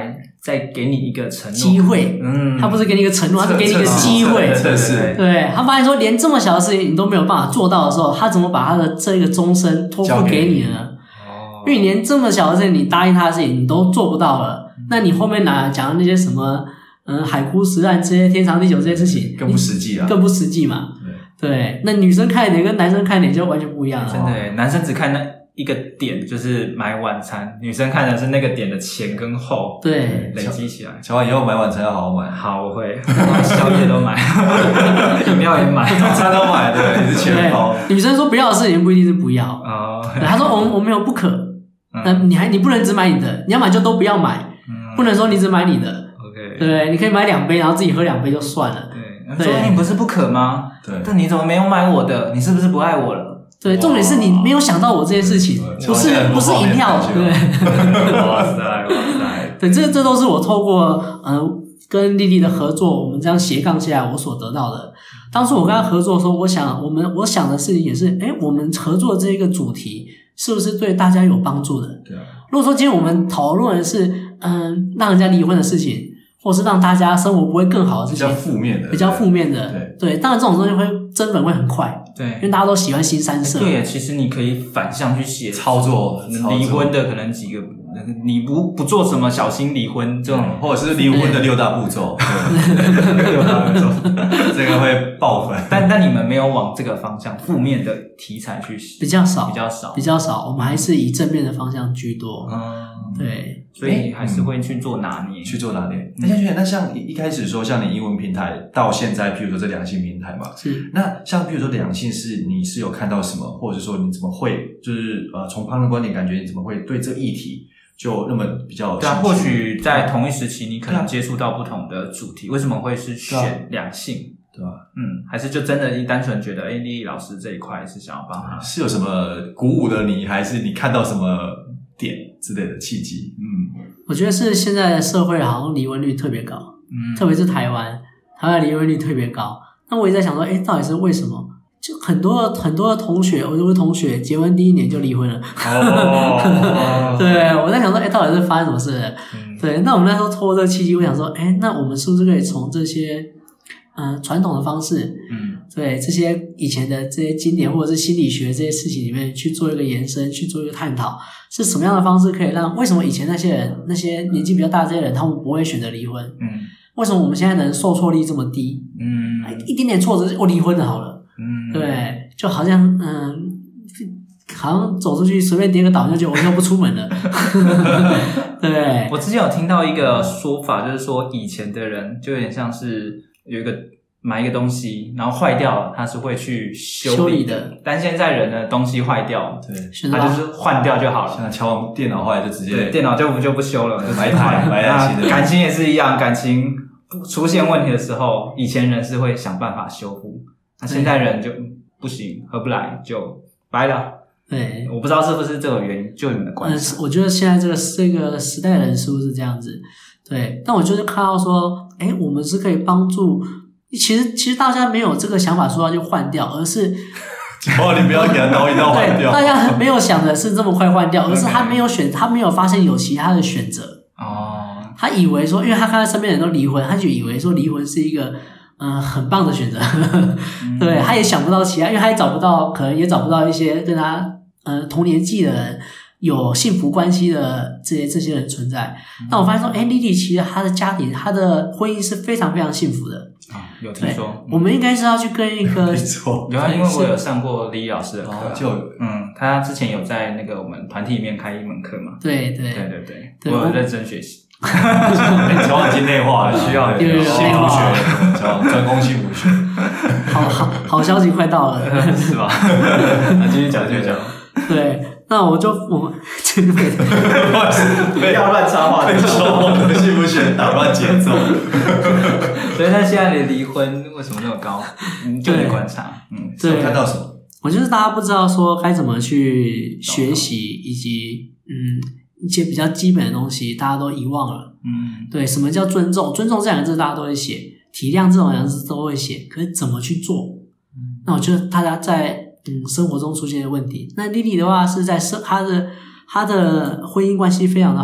再给你一个承诺机会，他不是给你一个承诺，他是给你一个机会，对，他发现说连这么小的事情你都没有办法做到的时候，他怎么把他的这个终身托付给你呢？因为你连这么小的事情你答应他的事情你都做不到了，那你后面讲的那些什么海枯石烂这些天长地久这些事情更不实际啊， 更不实际嘛。对，那女生看脸跟男生看脸就完全不一样了。 真的耶，男生只看那一个点，就是买晚餐，女生看的是那个点的前跟后， 对， 累积起来。 小婉以后买晚餐要好好买。 好，我会，宵夜都买，饮料也买， 早餐都买，对，你是全包。 女生说不要的事情不一定是不要她说我没有不可，那你不能只买你的，你要买就都不要买，不能说你只买你的。 OK， 对，你可以买2杯，然后自己喝2杯就算了。 对，说你不是不可吗？ 对， 但你怎么没有买我的？你是不是不爱我了？ 对，重点是你没有想到我这件事情，不是饮料，对。 哇塞， 对，这都是我透过跟莉莉的合作，我们这样斜杠下来我所得到的。当初我跟她合作的时候，我想的事情也是，我们合作的这个主题是不是对大家有帮助的？ 对啊。 如果说今天我们讨论的是让人家离婚的事情，或是让大家生活不会更好的事情，比较负面的，对，当然这种东西会增粉会很快， 对， 因为大家都喜欢新三色。 对，其实你可以反向去写操作离婚的可能几个，你不做什么小心离婚这种， 或者是离婚的6大步骤，6大步骤，这个会爆粉。 但你们没有往这个方向负面的题材去写， 比较少，我们还是以正面的方向居多。对， 所以还是会去做拿捏。 那像一开始说，像你英文平台到现在，譬如说这两性平台嘛， 是。 那像譬如说两性你是有看到什么，或者说你怎么会就是从旁人观点感觉你怎么会对这个议题就那么比较？ 对啊，或许在同一时期你可能接触到不同的主题，为什么会是选两性？ 对吧？ 还是就真的单纯觉得，莉莉老师这一块是想要帮他， 是有什么鼓舞的你，还是你看到什么点之类的契机？ 我觉得是现在的社会好像离婚率特别高，特别是台湾离婚率特别高。那我也在想说，到底是为什么？就很多的同学，我有个同学结婚第1年就离婚了。对，我在想说，到底是发生什么事了？对，那我们那时候透过这个契机，我想说，那我们是不是可以从这些传统的方式，对这些以前的这些经典或者是心理学这些事情里面去做一个延伸，去做一个探讨，是什么样的方式可以让为什么以前那些年纪比较大的这些人他们不会选择离婚？为什么我们现在人受挫力这么低？一点点挫折我离婚了好了。对，就好像走出去随便跌个倒就觉得我又不出门了。对， 我之前有听到一个说法，就是说以前的人就有点像是有一个买一个东西，然后坏掉了，他是会去修理的。但现在人的东西坏掉，对，他就是换掉就好了。 现在敲电脑坏就直接， 对，电脑就不修了， 买台新的。 感情也是一样，感情出现问题的时候，以前人是会想办法修复，那现在人就不行，合不来就掰了。 对， 我不知道是不是这个原因，就你们的观察。 我觉得现在这个时代人是不是这样子？对，但我就是看到说，我们是可以帮助。其实大家没有这个想法说要就换掉，而是你不要给他刀一刀换掉。 大家没有想的是这么快换掉，而是他没有发现有其他的选择。他以为说，因为他看到身边人都离婚，他就以为说离婚是一个很棒的选择。对，他也想不到其他，因为他也可能也找不到一些跟他同年纪的人有幸福关系的这些人存在。那我发现说莉莉其实她的家庭，她的婚姻是非常非常幸福的。 有听说， 我们应该是要去跟一个有啊，因为我有上过莉莉老师的课，他之前有在那个我们团体里面开一门课嘛。 对， 我有认真学习。 交往境内化需要幸福学，专攻幸福学。 好消息快到了， 是吧？继续讲。 对。那我不要乱插话， 被说我的幸福学打乱节奏。 所以他现在的离婚为什么那么高？就你观察， 对，看到什么？ 我就是大家不知道说该怎么去学习，以及一些比较基本的东西，大家都遗忘了。对，什么叫尊重？尊重这两个字大家都会写，体谅这种两个字都会写，可是怎么去做？那我觉得大家在生活中出现的问题。那莉莉的话是在她的婚姻关系非常的好，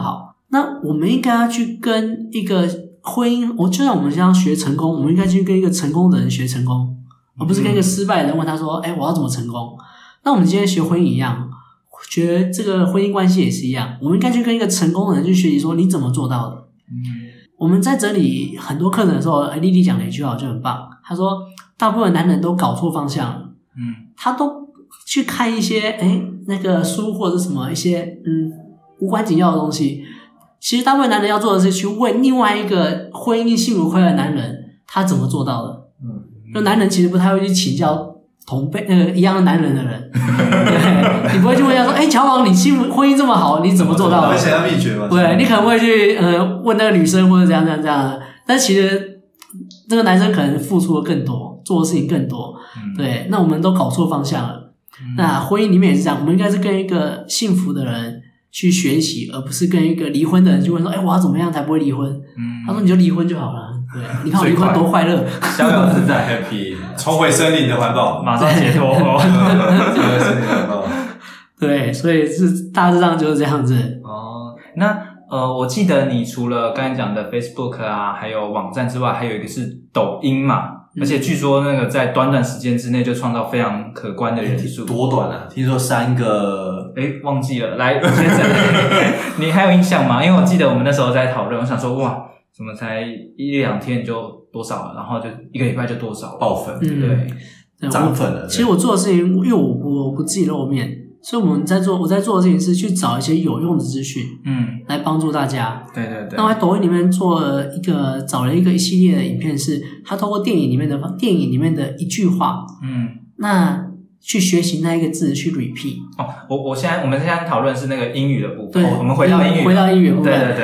那我们应该要去跟一个婚姻，就像我们像学成功，我们应该去跟一个成功的人学成功，而不是跟一个失败的人问他说我要怎么成功。那我们今天学婚姻一样，学这个婚姻关系也是一样，我们应该去跟一个成功的人去学习说你怎么做到的。我们在整理很多课程的时候，丽丽讲了一句话就很棒，她说大部分男人都搞错方向了，他都去看一些那个书或者什么一些无关紧要的东西。其实大部分男人要做的是去问另外一个婚姻幸福快乐的男人他怎么做到的。就男人其实不太会去请教同辈一样的男人的人，对，你不会去问他说乔王你婚姻这么好你怎么做到的？ 会想要秘诀吗？ 对，你可能会去问那个女生或者怎样的，但其实这个男生可能付出的更多，做的事情更多，对，那我们都搞错方向了。那婚姻里面也是这样，我们应该是跟一个幸福的人去学习，而不是跟一个离婚的人去问说我要怎么样才不会离婚。他说你就离婚就好了，对，你看我离婚多快乐， 逍遥自在 happy， 重回森林的环保， 马上解脱。 重回森林的环保。 对，所以大致上就是这样子。 那我记得你除了刚才讲的 Facebook 啊，还有网站之外，还有一个是抖音嘛。而且据说那个在短短时间之内就创造非常可观的人数。 多短啊？听说3个， 忘记了。来，先生，你还有印象吗？因为我记得我们那时候在讨论，我想说哇，怎么才1-2天就多少了，然后就1个礼拜就多少了， 爆粉， 对， 涨粉了。 其实我做的事情，因为我不自己露面。所以我在做的事情是去找一些有用的资讯，来帮助大家。 对对对。 那我在抖音里面找了一系列的影片，是他透过电影里面的一句话，那去学习那一个字去 repeat。 我们现在讨论是那个英语的部分， 对， 我们回到英语部分。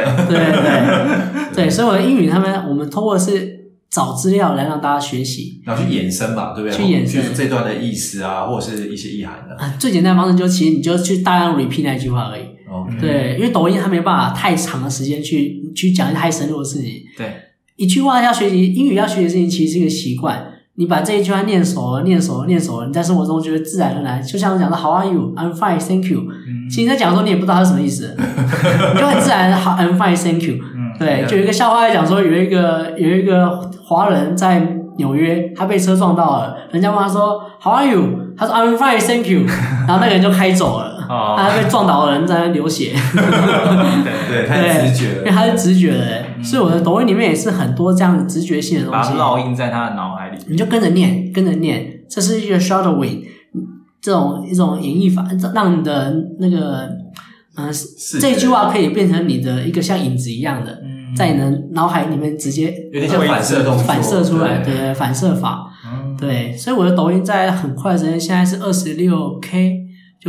对，所以我的英语我们透过是找资料来让大家学习， 然后去衍生吧，对不对？ 去衍生这段的意思啊，或者是一些意涵的。 最简单的方式其实你就去大量 repeat 那句话而已。对，因为抖音它没办法太长的时间去讲太深入的事情。 对， 一句话英语要学习的事情其实是一个习惯。你把这一句话念熟了，你在生活中就会自然而然，就像我讲的 How are you? I'm fine, thank you。其实你在讲的时候你也不知道它是什么意思，你就很自然 I'm fine, thank you。对，就有一个笑话在讲说，有一个华人在纽约，他被车撞到了，人家问他说 How are you？ 他说 I'm fine, thank you。然后那个人就开走了，他被撞倒的人在那流血。 对，太直觉了， 因为他是直觉的，所以我的抖音里面也是很多这样的直觉性的东西， 把它烙印在他的脑海里， 你就跟着念，这是一个 shadowing， 一种演绎法，让你的那个这句话可以变成你的一个像影子一样的，在你的脑海里面直接有点像反射出来，对，反射法，对，所以我的抖音在很快的时间，现在是26K， 就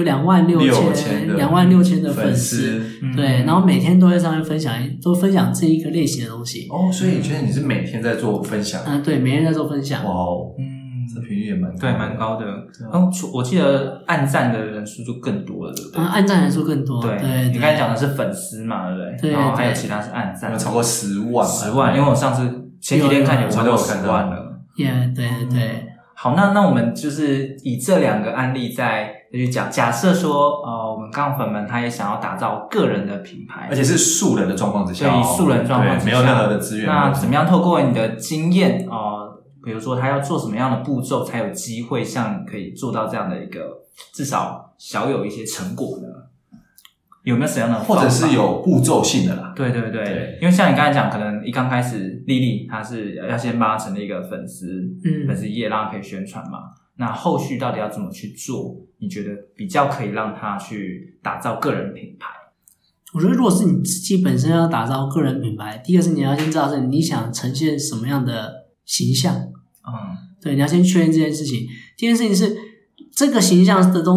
26000的粉丝，对，然后每天都在上面分享这一个类型的东西。 所以你觉得你是每天在做分享？ 对，每天在做分享。 哇，这频率也蛮高的， 对，蛮高的。我记得按赞的人数就更多了，对不对？ 按赞人数更多。对， 你刚才讲的是粉丝嘛，对不对？ 对， 然后还有其他是按赞， 有超过10万， 因为我上次前几天看有超过10万了。 对。 好，那我们就是以这2个案例再去讲。假设说，我们杠粉们他也想要打造个人的品牌， 而且是素人的状况之下， 对，素人状况之下， 没有任何的资源。 那怎么样透过你的经验比如说他要做什么样的步骤才有机会像可以做到这样的一个至少小有一些成果呢？有没有什么样的方法？ 或者是有步骤性的啦？ 对，因为像你刚才讲，可能一刚开始丽丽她是要先帮她成立一个粉丝页，让她可以宣传嘛。那后续到底要怎么去做？你觉得比较可以让她去打造个人品牌？ 我觉得如果是你自己本身要打造个人品牌，第一个是你要先知道是你想呈现什么样的形象。对，你要先确认这件事情。第二件事情是这个形象的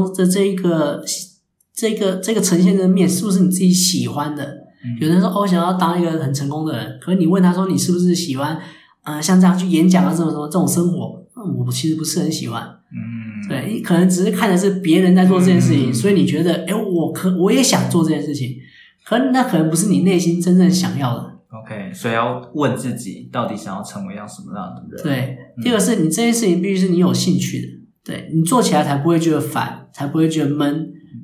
这个呈现的面是不是你自己喜欢的？有人说我想要当一个很成功的人，可是你问他说你是不是喜欢像这样去演讲啊这种生活，我其实不是很喜欢。对，可能只是看的是别人在做这件事情，所以你觉得我也想做这件事情，那可能不是你内心真正想要的。 OK， 所以要问自己到底想要成为什么样的人。 对，第二个是你这件事情必须是你有兴趣的，对，你做起来才不会觉得烦，才不会觉得闷。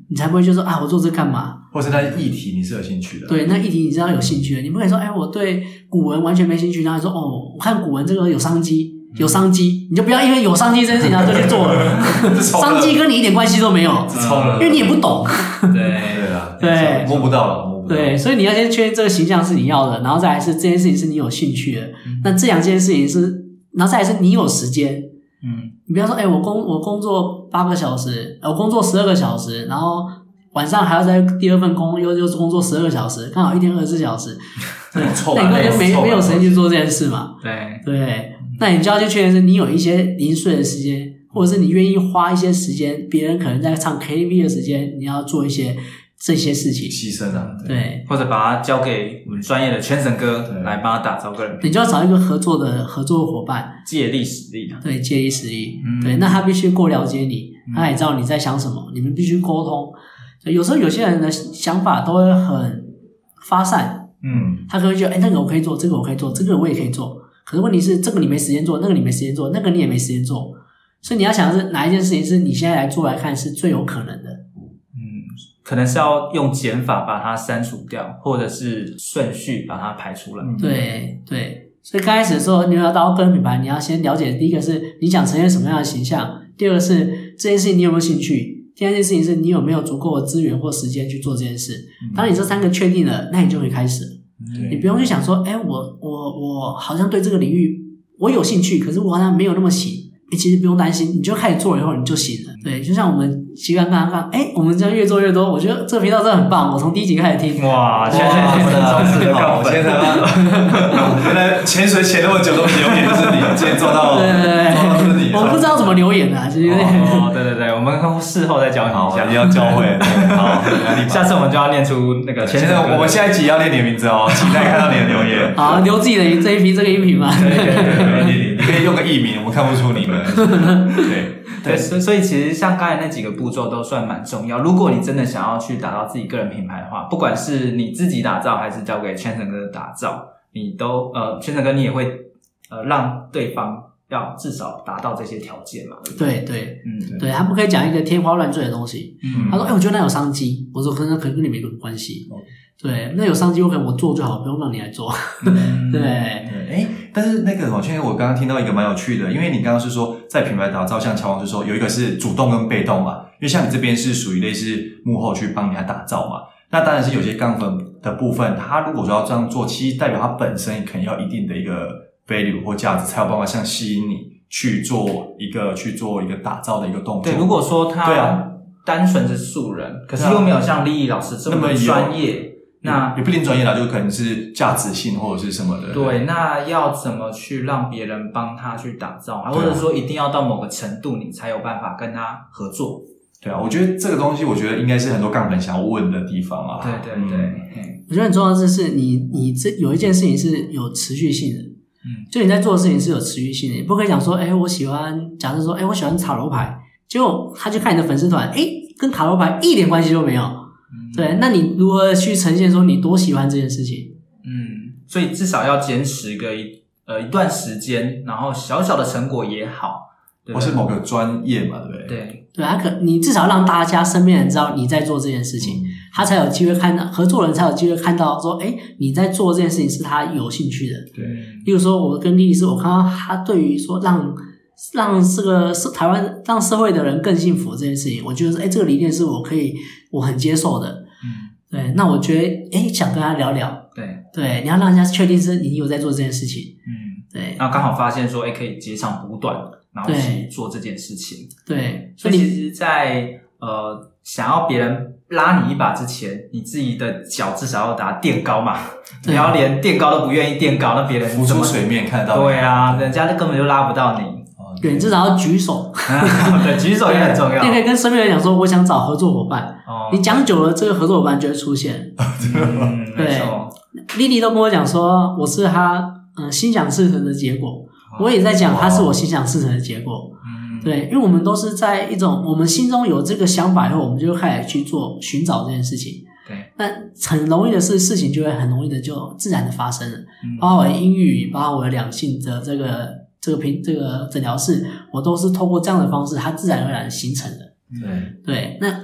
你才不会就说啊，我做这干嘛？ 或是那议题你是有兴趣的。 对，那议题你知道有兴趣的，你不可以说，我对古文完全没兴趣，然后说我看古文这个有商机，你就不要因为有商机这件事情然后就去做了，商机跟你一点关系都没有，因为你也不懂。 对，摸不到了。 对，所以你要先确定这个形象是你要的，然后再来是这件事情是你有兴趣的。那这两件事情是，然后再来是你有时间。你不要说，我工作8个小时，我工作12个小时，然后晚上还要在第二份工又工作12个小时，刚好一天24小时，那你根本没有时间去做这件事嘛。对，那你就要去确认是你有一些零碎的时间，或者是你愿意花一些时间，别人可能在唱 KTV 的时间，你要做一些这些事情， 牺牲啊， 对， 或者把它交给我们专业的圈神哥来帮他打造个人， 你就要找一个合作的伙伴， 借力使力的， 对，借力使力，对，那他必须够了解你，他也知道你在想什么，你们必须沟通。有时候有些人的想法都会很发散，他可能觉得，那个我可以做，这个我可以做，这个我也可以做，可是问题是，这个你没时间做，那个你没时间做，那个你也没时间做，所以你要想的是哪一件事情是你现在来做来看是最有可能的。 可能是要用减法把它删除掉，或者是顺序把它排出来。 对，所以刚开始的时候，你要到个人品牌，你要先了解第一个是你想呈现什么样的形象，第二个是这件事情你有没有兴趣，第三件事情是你有没有足够的资源或时间去做这件事。当你这3个确定了，那你就可以开始了。你不用去想说，我好像对这个领域我有兴趣，可是我好像没有那么行。其实不用担心，你就开始做了以后你就行了。对，就像我们习惯刚刚我们这样越做越多，我觉得这个频道真的很棒。我从第1集开始听， 哇，现在我们的忠实的杠粉， 原来潜水潜那么久都留言是你，今天做到是你。 我不知道怎么留言的，就是对，我们事后再教你一下， 你要教会。好， 下次我们就要念出那个。 现在我们下一集要念你的名字哦，期待看到你的留言。 好，留自己的这个音频嘛。 对，你可以用个艺名，我们看不出你们。 对，所以其实像刚才那几个步骤都算蛮重要。如果你真的想要去打造自己个人品牌的话，不管是你自己打造还是交给圈神哥打造，你都圈神哥你也会让对方要至少达到这些条件嘛。 对，对，他不可以讲一个天花乱坠的东西。他说我觉得那有商机，我说可能跟你没什么关系。对，那有商机，我可能我做就好，不用让你来做。对， 但是那个现在我刚刚听到一个蛮有趣的，因为你刚刚是说在品牌打造，像乔王是说有一个是主动跟被动嘛，因为像你这边是属于类似幕后去帮人家打造嘛，那当然是有些杠粉的部分，他如果说要这样做，其实代表他本身可能要一定的一个 value 或价值，才有办法像吸引你去做一个打造的一个动作。 对，如果说他单纯是素人，可是又没有像立毅老师这么专业。那也不一定专业啦，就可能是价值性或者是什么的。 对，那要怎么去让别人帮他去打造，或者说一定要到某个程度你才有办法跟他合作？ 对啊，我觉得这个东西，我觉得应该是很多杠粉想要问的地方啊。 对， 我觉得很重要的是你这有一件事情是有持续性的，就你在做的事情是有持续性的，你不可以讲说，我喜欢，假设说，我喜欢塔罗牌，结果他去看你的粉丝团，跟塔罗牌一点关系都没有。对，那你如何去呈现说你多喜欢这件事情？ 所以至少要坚持一段时间，然后小小的成果也好， 或是某个专业嘛，对不对？对，你至少让大家身边人知道你在做这件事情，他才有机会看到，合作人才有机会看到说，你在做这件事情是他有兴趣的。 对， 例如说我跟丽丽是我看到他对于说让这个台湾让社会的人更幸福这件事情，我觉得这个理念是我很接受的。对，那我觉得想跟他聊聊。对，你要让人家确定是你有在做这件事情。对， 然后刚好发现说可以截长补短，然后一起做这件事情。 对， 所以其实在想要别人拉你一把之前，你自己的脚至少要把它垫高嘛。你要连垫高都不愿意垫高，那别人浮出水面看得到。 对啊，人家根本就拉不到你。 对，你至少要举手。 对，举手也很重要。 你可以跟身边人讲说，我想找合作伙伴。你讲久了，这个合作伙伴就会出现。对，丽丽都跟我讲说，我是她心想事成的结果。我也在讲，她是我心想事成的结果。对，因为我们都是在一种我们心中有这个想法以后，我们就开始去寻找这件事情。 对， 那很容易的事情就会很容易的就自然的发生了。包括我的英语，包括我的两性的这个诊疗室，我都是透过这样的方式，它自然而然形成的。 对， 那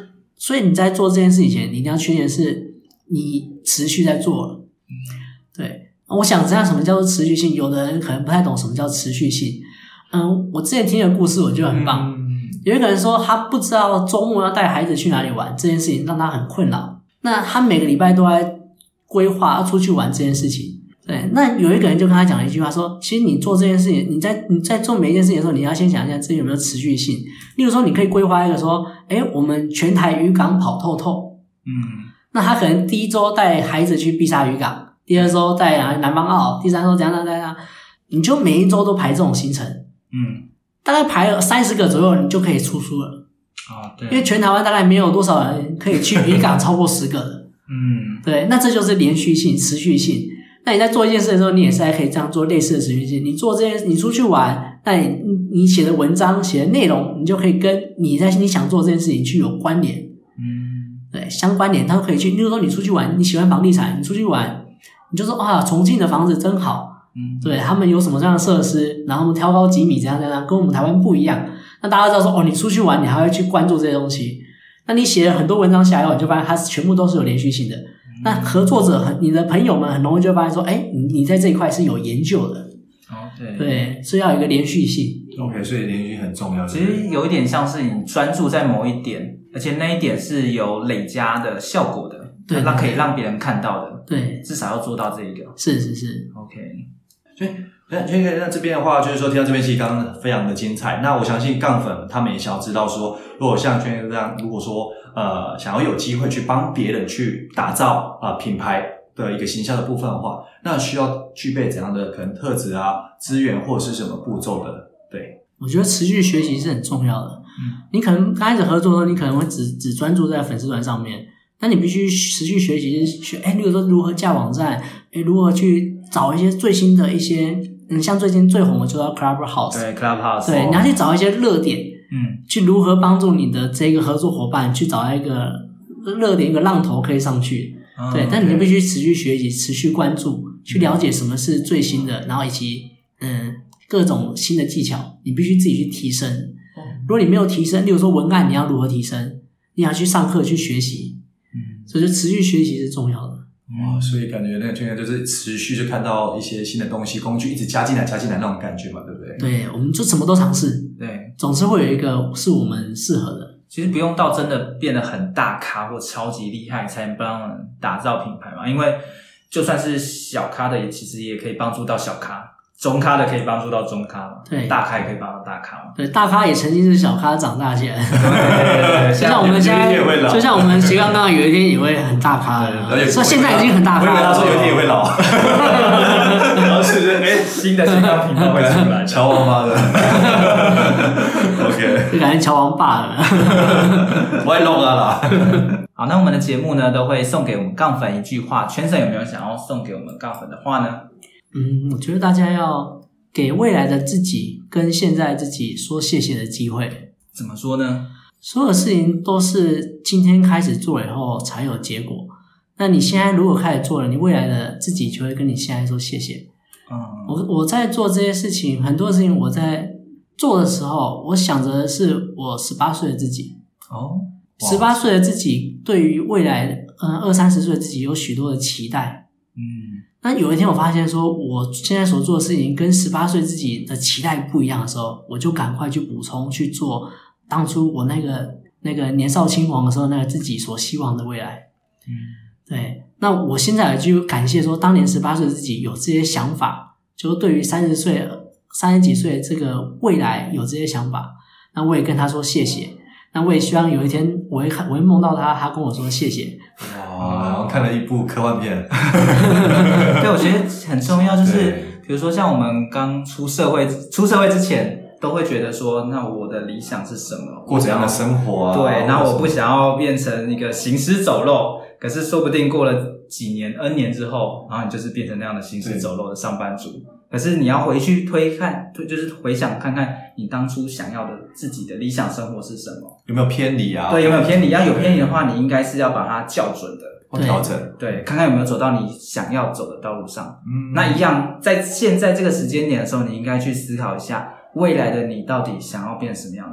所以你在做这件事情前，你一定要确定是你持续在做了。对，我想知道什么叫做持续性，有的人可能不太懂什么叫持续性。我之前听的故事我觉得很棒。有一个人说他不知道周末要带孩子去哪里玩，这件事情让他很困扰。那他每个礼拜都在规划要出去玩这件事情。对，那有一个人就跟他讲了一句话说，其实你做这件事情，你在做每一件事情的时候，你要先想一下这有没有持续性。例如说你可以规划一个说，我们全台渔港跑透透。那他可能第一周带孩子去碧沙渔港，第二周带南方澳，第三周怎样，你就每一周都排这种行程。大概排了30个左右，你就可以出书了。对，因为全台湾大概没有多少人可以去渔港超过10个的。对，那这就是连续性、持续性。那你在做一件事的时候，你也是还可以这样做类似的持续性。你做这件，你出去玩，那你写的文章、写的内容，你就可以跟你想做这件事情去有关联。对，相关联，它都可以去。例如说，你出去玩，你喜欢房地产，你出去玩，你就说重庆的房子真好。对，他们有什么这样的设施，然后我们挑高几米，怎样，跟我们台湾不一样。那大家知道说，你出去玩，你还会去关注这些东西。那你写了很多文章下来后，你就发现它全部都是有连续性的。那合作者你的朋友们很容易就发现说，你在这一块是有研究的。对，所以要有一个连续性。 OK， 所以连续性很重要。 其实有一点像是你专注在某一点，而且那一点是有累加的效果的，对，那可以让别人看到的。对，至少要做到这一个。 是。 OK。 所以那这边的话，就是说听到这边其实刚刚非常的精彩。那我相信杠粉他们也想要知道说，如果像圈这样，如果说想要有机会去帮别人去打造品牌的一个形象的部分的话，那需要具备怎样的可能特质资源或者是什么步骤的？对， 我觉得持续学习是很重要的。你可能刚开始合作的时候，你可能会只专注在粉丝团上面，但你必须持续学习，例如说如何架网站，如何去找一些最新的一些，像最近最红的就叫 Clubhouse。 对 Clubhouse。 对，你要去找一些热点，去如何帮助你的这个合作伙伴去找到一个热点，一个浪头可以上去。对，但你就必须持续学习，持续关注，去了解什么是最新的，然后以及各种新的技巧，你必须自己去提升。如果你没有提升，例如说文案你要如何提升，你要去上课去学习。所以就持续学习是重要的。 所以感觉那个圈就是持续就看到一些新的东西，工具一直加进来那种感觉嘛，对不对？ 对，我们就什么都尝试。 对， 总是会有一个是我们适合的。 其实不用到真的变得很大咖或超级厉害才能帮人打造品牌嘛，因为就算是小咖的，其实也可以帮助到小咖。中咖的可以帮助到中咖嘛？对，大咖也可以帮到大咖嘛？ 对，大咖也曾经是小咖长大起来。对，就像我们现在，就像我们斜杠刚有一天也会很大咖的，说现在已经很大咖了。 我以为他说有一天也会老。然后是新的斜杠频道会出来， 乔王妈的。OK， 就感觉乔王爸了。 我也弄了啦。 好，那我们的节目呢都会送给我们杠粉一句话，圈神有没有想要送给我们杠粉的话呢？ 我觉得大家要给未来的自己跟现在自己说谢谢的机会。 怎么说呢？ 所有事情都是今天开始做以后才有结果。那你现在如果开始做了，你未来的自己就会跟你现在说谢谢。我在做这些事情，很多事情我在做的时候，我想着的是我18岁的自己。18岁的自己对于未来20-30岁的自己有许多的期待。那有一天我发现说我现在所做的事情跟18岁自己的期待不一样的时候，我就赶快去补充去做当初我那个年少轻狂的时候那个自己所希望的未来。对，那我现在就感谢说当年18岁的自己有这些想法，就对于30几岁这个未来有这些想法，那我也跟他说谢谢。那我也希望有一天我会梦到他跟我说谢谢。 我看了一部科幻片。 对，我觉得很重要，就是比如说像我们刚出社会之前都会觉得说，那我的理想是什么？ 过怎样的生活啊？ 对，那我不想要变成一个行尸走肉，可是说不定过了几年 N 年之后，然后你就是变成那样的行尸走肉的上班族。可是你要回去就是回想看看你当初想要的自己的理想生活是什么， 有没有偏离啊？ 对，有没有偏离？要有偏离的话，你应该是要把它校准的， 或调整。 对，看看有没有走到你想要走的道路上。那一样，在现在这个时间点的时候，你应该去思考一下，未来的你到底想要变什么样的人？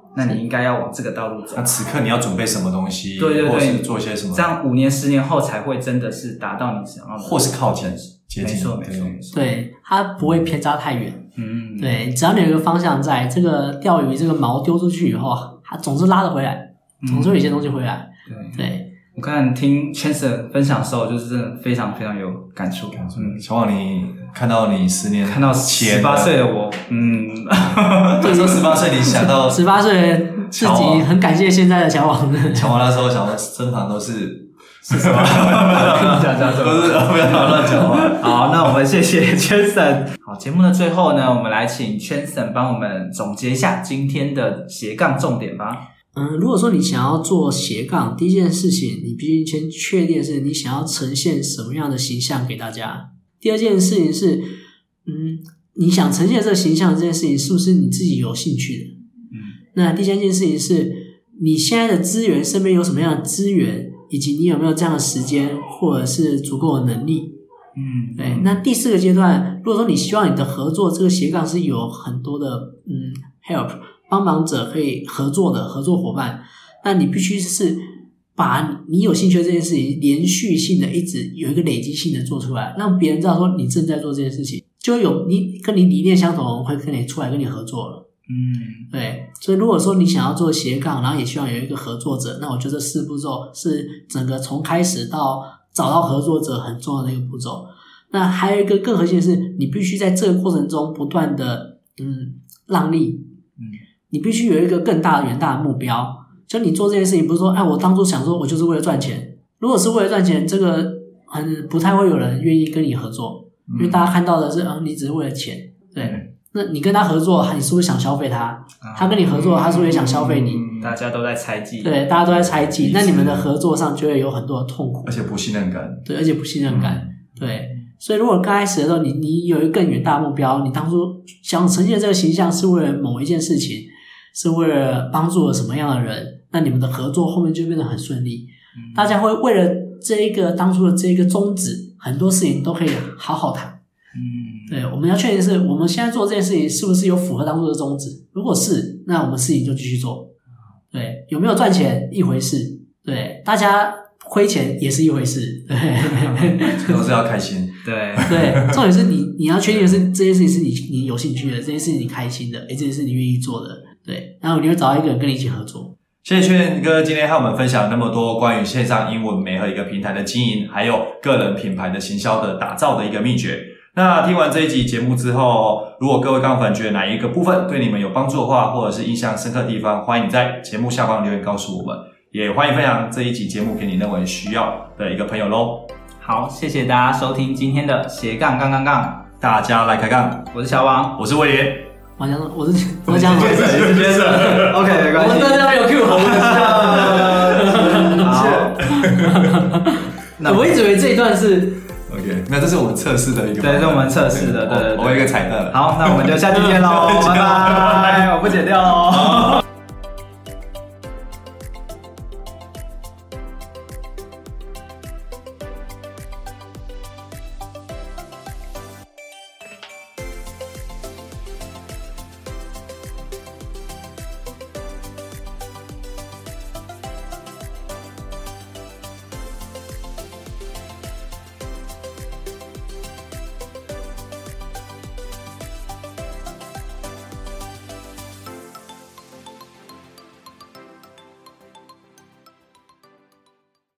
那你应该要往这个道路走。 那此刻你要准备什么东西？ 对， 或是做些什么？ 这样5年、10年后才会真的是达到你想要的， 或是靠近接近。 没错。 对，它不会偏差太远。对，只要你有一个方向在，这个钓鱼这个锚丢出去以后，它总是拉得回来，总是有一些东西回来。对。 我看听 Chanson 分享的时候，就是真的非常非常有感触。 小王，你看到你10年看到18岁的我， 那时候18岁，你想到 18岁自己很感谢现在的小王。 小王那时候想到身旁都是什么？ 不是，不要乱讲话。好，那我们谢谢 Chanson。好，节目的最后呢，我们来请 Chanson 帮我们总结一下今天的斜杠重点吧。 如果说你想要做斜杠，第一件事情你必须先确定是你想要呈现什么样的形象给大家。第二件事情是，你想呈现这个形象这件事情是不是你自己有兴趣的？那第三件事情是你现在的资源，身边有什么样的资源，以及你有没有这样的时间或者是足够的能力。对。那第4个阶段，如果说你希望你的合作这个斜杠是有很多的help 帮忙者可以合作的合作伙伴，那你必须是把你有兴趣的这件事情连续性的一直有一个累积性的做出来，让别人知道说你正在做这件事情，就有你跟你理念相同的人会跟你出来跟你合作了。对。所以如果说你想要做斜杠，然后也希望有一个合作者，那我觉得4步骤是整个从开始到找到合作者很重要的一个步骤。那还有一个更核心的是，你必须在这个过程中不断的让利。你必须有一个更大的远大的目标，就你做这件事情不是说我当初想说我就是为了赚钱，如果是为了赚钱，这个不太会有人愿意跟你合作，因为大家看到的是你只是为了钱。对。那你跟他合作，你是不是想消费他？他跟你合作，他是不是也想消费你？ 大家都在猜忌。 对，大家都在猜忌，那你们的合作上就会有很多的痛苦， 而且不信任感。 对，而且不信任感。对。所以如果刚开始的时候你有一个更远大的目标，你当初想呈现这个形象是为了某一件事情，是为了帮助了什么样的人，那你们的合作后面就变得很顺利。大家会为了这一个当初的这一个宗旨，很多事情都可以好好谈。对，我们要确定是我们现在做这件事情是不是有符合当初的宗旨，如果是，那我们事情就继续做。对，有没有赚钱一回事，对，大家亏钱也是一回事，对， 都是要开心。 对， 重点是你要确定的是这件事情是你有兴趣的，这件事情你开心的，这件事你愿意做的。对，然后你会找到一个人跟你一起合作。 谢谢圈哥今天和我们分享那么多关于线上英文媒合一个平台的经营，还有个人品牌的行销的打造的一个秘诀。那听完这一集节目之后，如果各位杠粉觉得哪一个部分对你们有帮助的话，或者是印象深刻的地方，欢迎你在节目下方留言告诉我们，也欢迎分享这一集节目给你认为需要的一个朋友咯。 好，谢谢大家收听今天的斜杠杠杠杠， 大家来开杠。 我是小王， 我是威廉， 我是江总， 你是角色OK 没关系， 我们大家没有 Q 我好，我一直以为这一段是 OK， 那这是我们测试的一个， 对，是我们测试的，对， 我有一个彩蛋。 好，那我们就下期见喽，拜拜，我不剪掉哦。